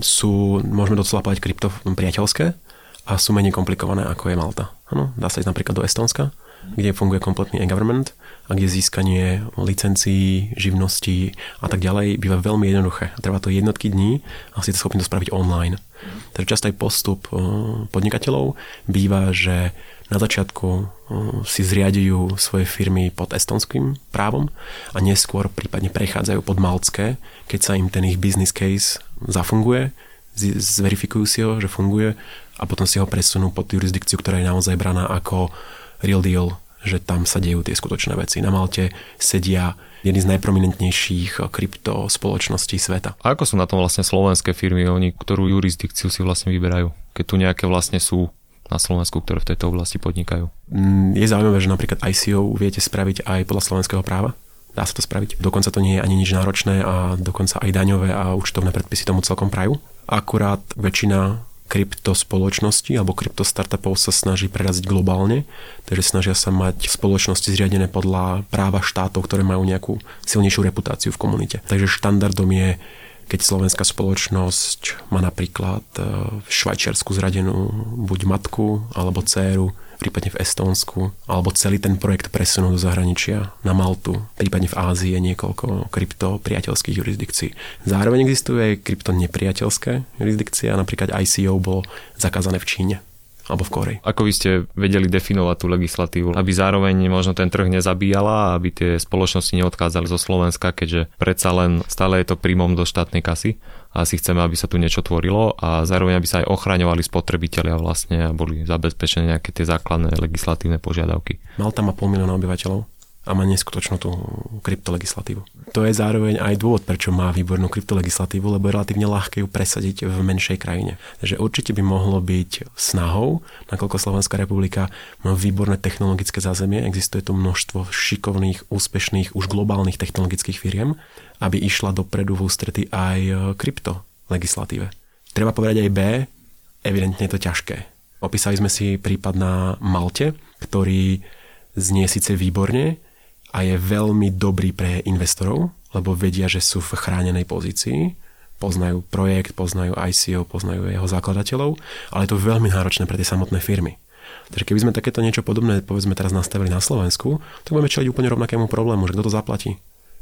sú, môžeme doslova povedať, krypto priateľské a sú menej komplikované, ako je Malta. Ano, dá sa ísť napríklad do Estónska, kde funguje kompletný e-government a kde získanie licencií, živností a tak ďalej býva veľmi jednoduché. Trvá to jednotky dní a ste to schopní to spraviť online. Takže často aj postup podnikateľov býva, že na začiatku si zriadujú svoje firmy pod estonským právom a neskôr prípadne prechádzajú pod maltské, keď sa im ten ich business case zafunguje, zverifikujú si ho, že funguje a potom si ho presunú pod jurisdikciu, ktorá je naozaj braná ako real deal, že tam sa dejú tie skutočné veci. Na Malte sedia jedni z najprominentnejších krypto spoločností sveta. A ako sú na tom vlastne slovenské firmy? Oni ktorú jurisdikciu si vlastne vyberajú? Keď tu nejaké vlastne sú na Slovensku, ktoré v tejto oblasti podnikajú? Je zaujímavé, že napríklad I C O viete spraviť aj podľa slovenského práva. Dá sa to spraviť. Dokonca to nie je ani nič náročné a dokonca aj daňové a účtovné predpisy tomu celkom prajú. Akurát väčšina krypto spoločnosti alebo krypto startupov sa snaží preraziť globálne, takže snažia sa mať spoločnosti zriadené podľa práva štátov, ktoré majú nejakú silnejšiu reputáciu v komunite. Takže štandardom je, keď slovenská spoločnosť má napríklad v Švajčiarsku zradenú buď matku alebo dcéru, prípadne v Estónsku, alebo celý ten projekt presunú do zahraničia na Maltu, prípadne v Ázii je niekoľko krypto priateľských jurisdikcií. Zároveň existuje aj krypto nepriateľské jurisdikcie, napríklad I C O bolo zakázané v Číne alebo v Kórei. Ako by ste vedeli definovať tú legislatívu, aby zároveň možno ten trh nezabíjala, aby tie spoločnosti neodchádzali zo Slovenska, keďže predsa len stále je to príjmom do štátnej kasy a asi chceme, aby sa tu niečo tvorilo a zároveň aby sa aj ochraňovali spotrebitelia vlastne a boli zabezpečené nejaké tie základné legislatívne požiadavky. Malta má pol milióna obyvateľov a má neskutočnú tú kryptolegislatívu. To je zároveň aj dôvod, prečo má výbornú kryptolegislatívu, lebo je relatívne ľahké ju presadiť v menšej krajine. Takže určite by mohlo byť snahou, nakoľko Slovenská republika má výborné technologické zázemie, existuje tu množstvo šikovných, úspešných, už globálnych technologických firiem, aby išla dopredu v ústrety aj kryptolegislatíve. Treba povedať aj B, evidentne je to ťažké. Opísali sme si prípad na Malte, ktorý znie síce výborne, a je veľmi dobrý pre investorov, lebo vedia, že sú v chránenej pozícii, poznajú projekt, poznajú I C O, poznajú jeho zakladateľov, ale je to veľmi náročné pre tie samotné firmy. Takže keby sme takéto niečo podobné, povedzme teraz nastavili na Slovensku, tak budeme čeliť úplne rovnakému problému, že kto to zaplatí.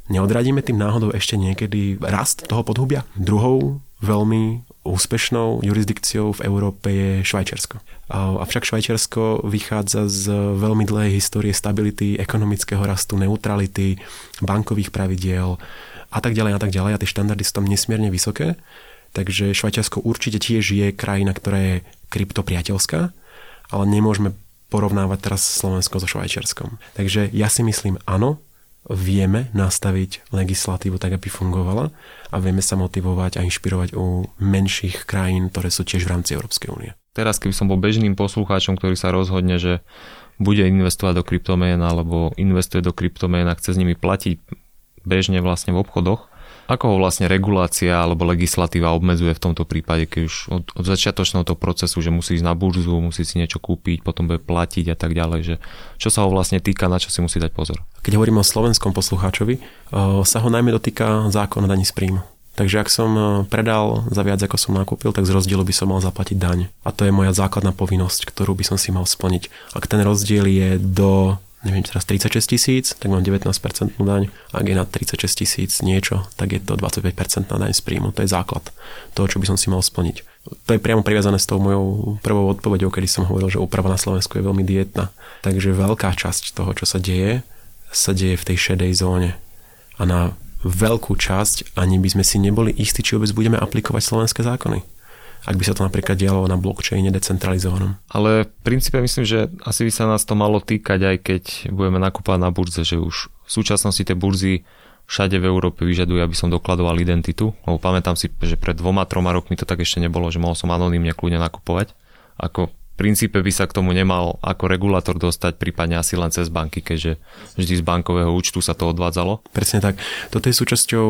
Neodradíme tým náhodou ešte niekedy rast toho podhubia? Druhou veľmi úspešnou jurisdikciou v Európe je Švajčiarsko. Avšak Švajčiarsko vychádza z veľmi dlhej histórie stability, ekonomického rastu, neutrality, bankových pravidiel a tak ďalej a tak ďalej. A tie štandardy sú tam nesmierne vysoké. Takže Švajčiarsko určite tiež je krajina, ktorá je kryptopriateľská, ale nemôžeme porovnávať teraz Slovensko so Švajčiarskom. Takže ja si myslím, áno, vieme nastaviť legislatívu tak, aby fungovala a vieme sa motivovať a inšpirovať u menších krajín, ktoré sú tiež v rámci Európskej únie. Teraz, keby som bol bežným poslucháčom, ktorý sa rozhodne, že bude investovať do kryptomien alebo investuje do kryptomien a chce s nimi platiť bežne vlastne v obchodoch, ako ho vlastne regulácia alebo legislatíva obmedzuje v tomto prípade, keď už od, od začiatočného toho procesu, že musí ísť na burzu, musí si niečo kúpiť, potom bude platiť a tak ďalej, že čo sa ho vlastne týka, na čo si musí dať pozor? Keď hovoríme o slovenskom poslucháčovi, sa ho najmä dotýka zákon o daní z príjmu. Takže ak som predal za viac, ako som nakúpil, tak z rozdielu by som mal zaplatiť daň. A to je moja základná povinnosť, ktorú by som si mal splniť. Ak ten rozdiel je do neviem, teraz tridsaťšesť tisíc, tak mám devätnásť percent daň. Ak je na tridsaťšesť tisíc niečo, tak je to dvadsaťpäť percent daň z príjmu. To je základ toho, čo by som si mal splniť. To je priamo priviazané s tou mojou prvou odpoveďou, kedy som hovoril, že úprava na Slovensku je veľmi dietná. Takže veľká časť toho, čo sa deje, sa deje v tej šedej zóne. A na veľkú časť ani by sme si neboli istí, či vôbec budeme aplikovať slovenské zákony. Ak by sa to napríklad dialo na blockchaine decentralizovanom. Ale v princípe myslím, že asi by sa nás to malo týkať, aj keď budeme nakúpať na burze, že už v súčasnosti tie burzy všade v Európe vyžadujú, aby som dokladoval identitu. Lebo pamätám si, že pred dvoma, troma rokmi to tak ešte nebolo, že mohol som anonymne kľudne nakupovať. Ako v princípe by sa k tomu nemal ako regulátor dostať, prípadne asi len cez banky, keďže vždy z bankového účtu sa to odvádzalo. Presne tak. Toto je súčasťou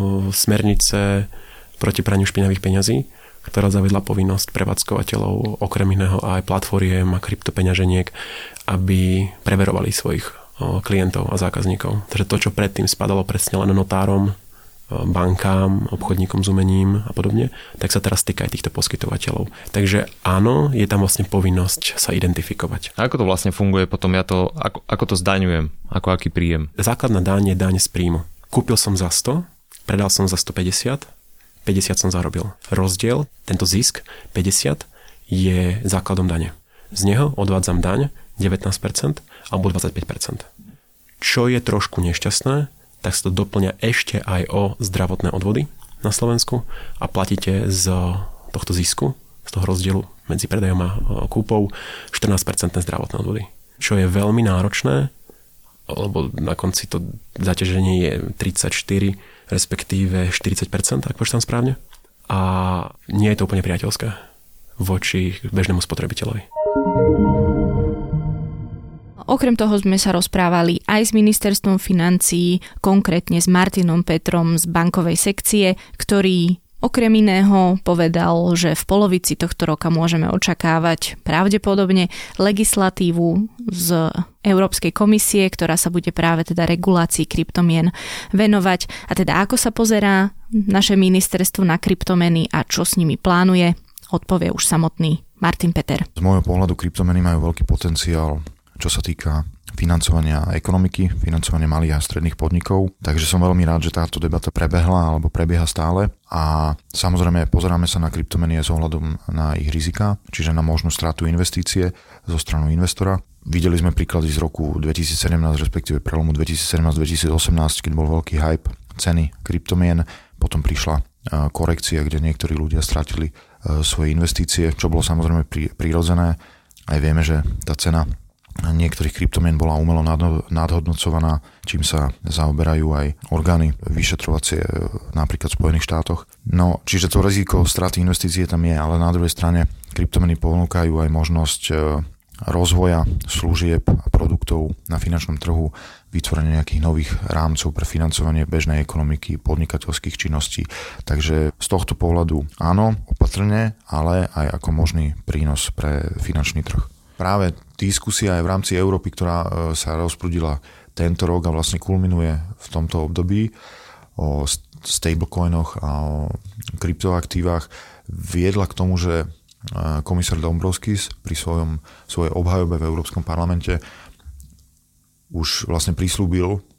smernice proti praniu špinavých peňazí, ktorá zavedla povinnosť prevádzkovateľov okrem iného aj platformiem a kryptopeňaženiek, aby preverovali svojich klientov a zákazníkov. Takže to, čo predtým spadalo presne len notárom, bankám, obchodníkom s umením a podobne, tak sa teraz týka aj týchto poskytovateľov. Takže áno, je tam vlastne povinnosť sa identifikovať. A ako to vlastne funguje potom? Ja to, ako, ako to zdaňujem? Ako aký príjem? Základná daň je daň z príjmu. Kúpil som za sto, predal som za stopäťdesiat, päťdesiat som zarobil. Rozdiel, tento zisk, päťdesiat, je základom dane. Z neho odvádzam daň devätnásť percent alebo dvadsaťpäť percent. Čo je trošku nešťastné, tak sa to doplňa ešte aj o zdravotné odvody na Slovensku a platíte z tohto zisku, z toho rozdielu medzi predajom a kúpou štrnásť percent zdravotné odvody. Čo je veľmi náročné, lebo na konci to zaťaženie je tridsaťštyri, respektíve štyridsať percent, ak počítam správne. A nie je to úplne priateľské voči bežnému spotrebiteľovi. Okrem toho sme sa rozprávali aj s ministerstvom financií, konkrétne s Martinom Petrom z bankovej sekcie, ktorý okrem iného povedal, že v polovici tohto roka môžeme očakávať pravdepodobne legislatívu z Európskej komisie, ktorá sa bude práve teda regulácii kryptomien venovať. A teda ako sa pozerá naše ministerstvo na kryptomeny a čo s nimi plánuje, odpovie už samotný Martin Peter. Z môjho pohľadu kryptomeny majú veľký potenciál, čo sa týka financovania ekonomiky, financovania malých a stredných podnikov. Takže som veľmi rád, že táto debata prebehla alebo prebieha stále. A samozrejme pozeráme sa na kryptomeny s ohľadom na ich rizika, čiže na možnú stratu investície zo strany investora. Videli sme príklady z roku dvetisícsedemnásť, respektíve prelomu dvetisícsedemnásť dvetisícosemnásť, keď bol veľký hype ceny kryptomien. Potom prišla korekcia, kde niektorí ľudia stratili svoje investície, čo bolo samozrejme prirodzené. Aj vieme, že tá cena niektorých kryptomien bola umelo nadhodnocovaná, čím sa zaoberajú aj orgány vyšetrovacie napríklad v Spojených štátoch. No, čiže to riziko straty investície tam je, ale na druhej strane kryptomeny ponúkajú aj možnosť rozvoja služieb a produktov na finančnom trhu, vytvorenie nejakých nových rámcov pre financovanie bežnej ekonomiky, podnikateľských činností. Takže z tohto pohľadu áno, opatrne, ale aj ako možný prínos pre finančný trh. Práve diskusia aj v rámci Európy, ktorá sa rozprudila tento rok a vlastne kulminuje v tomto období o stablecoinoch a o kryptoaktívach, viedla k tomu, že komisár Dombrovskis pri svojom, svojej obhajobe v Európskom parlamente už vlastne prislúbil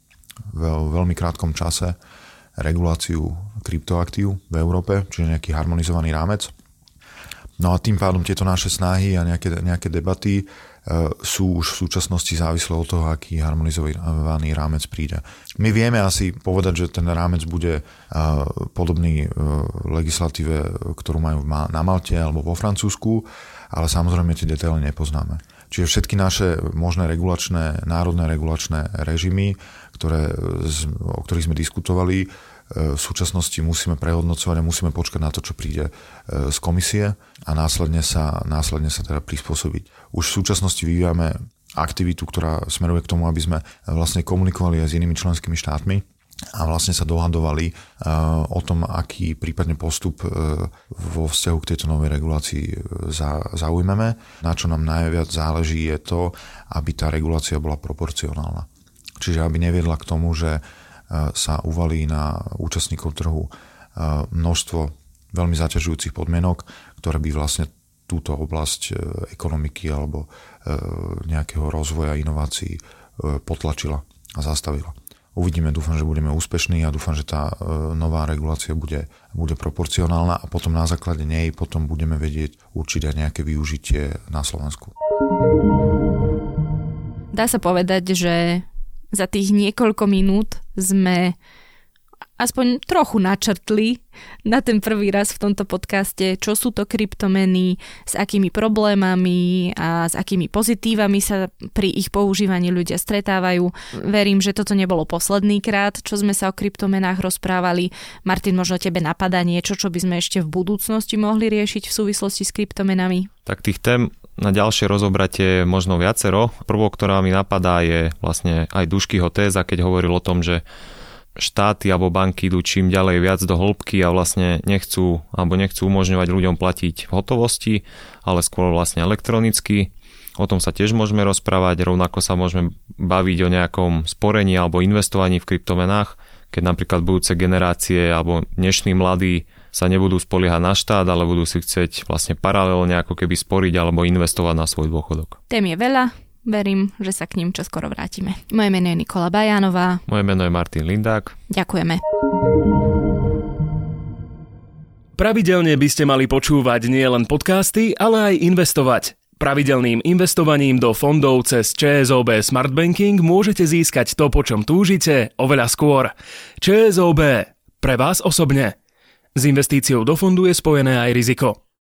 v veľmi krátkom čase reguláciu kryptoaktív v Európe, čiže nejaký harmonizovaný rámec. No a tým pádom tieto naše snahy a nejaké, nejaké debaty sú už v súčasnosti závislé od toho, aký harmonizovaný rámec príde. My vieme asi povedať, že ten rámec bude podobný legislatíve, ktorú majú na Malte alebo vo Francúzsku, ale samozrejme tie detaily nepoznáme. Čiže všetky naše možné regulačné, národné regulačné režimy, ktoré, o ktorých sme diskutovali, v súčasnosti musíme prehodnocovať a musíme počkať na to, čo príde z komisie a následne sa, následne sa teda prispôsobiť. Už v súčasnosti vyvíjame aktivitu, ktorá smeruje k tomu, aby sme vlastne komunikovali aj s inými členskými štátmi a vlastne sa dohadovali o tom, aký prípadne postup vo vzťahu k tejto novej regulácii zaujmeme. Na čo nám najviac záleží je to, aby tá regulácia bola proporcionálna. Čiže aby neviedla k tomu, že sa uvalí na účastníkov trhu množstvo veľmi zaťažujúcich podmienok, ktoré by vlastne túto oblasť ekonomiky alebo nejakého rozvoja inovácií potlačila a zastavila. Uvidíme, dúfam, že budeme úspešní a dúfam, že tá nová regulácia bude, bude proporcionálna a potom na základe nej potom budeme vedieť určiť aj nejaké využitie na Slovensku. Dá sa povedať, že za tých niekoľko minút sme aspoň trochu načrtli na ten prvý raz v tomto podcaste, čo sú to kryptomeny, s akými problémami a s akými pozitívami sa pri ich používaní ľudia stretávajú. Verím, že toto nebolo posledný krát, čo sme sa o kryptomenách rozprávali. Martin, možno tebe napadá niečo, čo by sme ešte v budúcnosti mohli riešiť v súvislosti s kryptomenami? Tak tých tém na ďalšie rozobratie možno viacero. Prvou, ktorá mi napadá, je vlastne aj Duškyho téza, keď hovoril o tom, že štáty alebo banky idú čím ďalej viac do hĺbky a vlastne nechcú alebo nechcú umožňovať ľuďom platiť v hotovosti, ale skôr vlastne elektronicky. O tom sa tiež môžeme rozprávať, rovnako sa môžeme baviť o nejakom sporení alebo investovaní v kryptomenách, keď napríklad budúce generácie alebo dnešní mladí sa nebudú spoliehať na štát, ale budú si chcieť vlastne paralelne ako keby sporiť alebo investovať na svoj dôchodok. Tém je veľa, verím, že sa k ním čoskoro vrátime. Moje meno je Nikola Bajánová. Moje meno je Martin Lindák. Ďakujeme. Pravidelne by ste mali počúvať nielen podcasty, ale aj investovať. Pravidelným investovaním do fondov cez ČSOB Smart Banking môžete získať to, po čom túžite, oveľa skôr. ČSOB. Pre vás osobne. S investíciou do fondu je spojené aj riziko.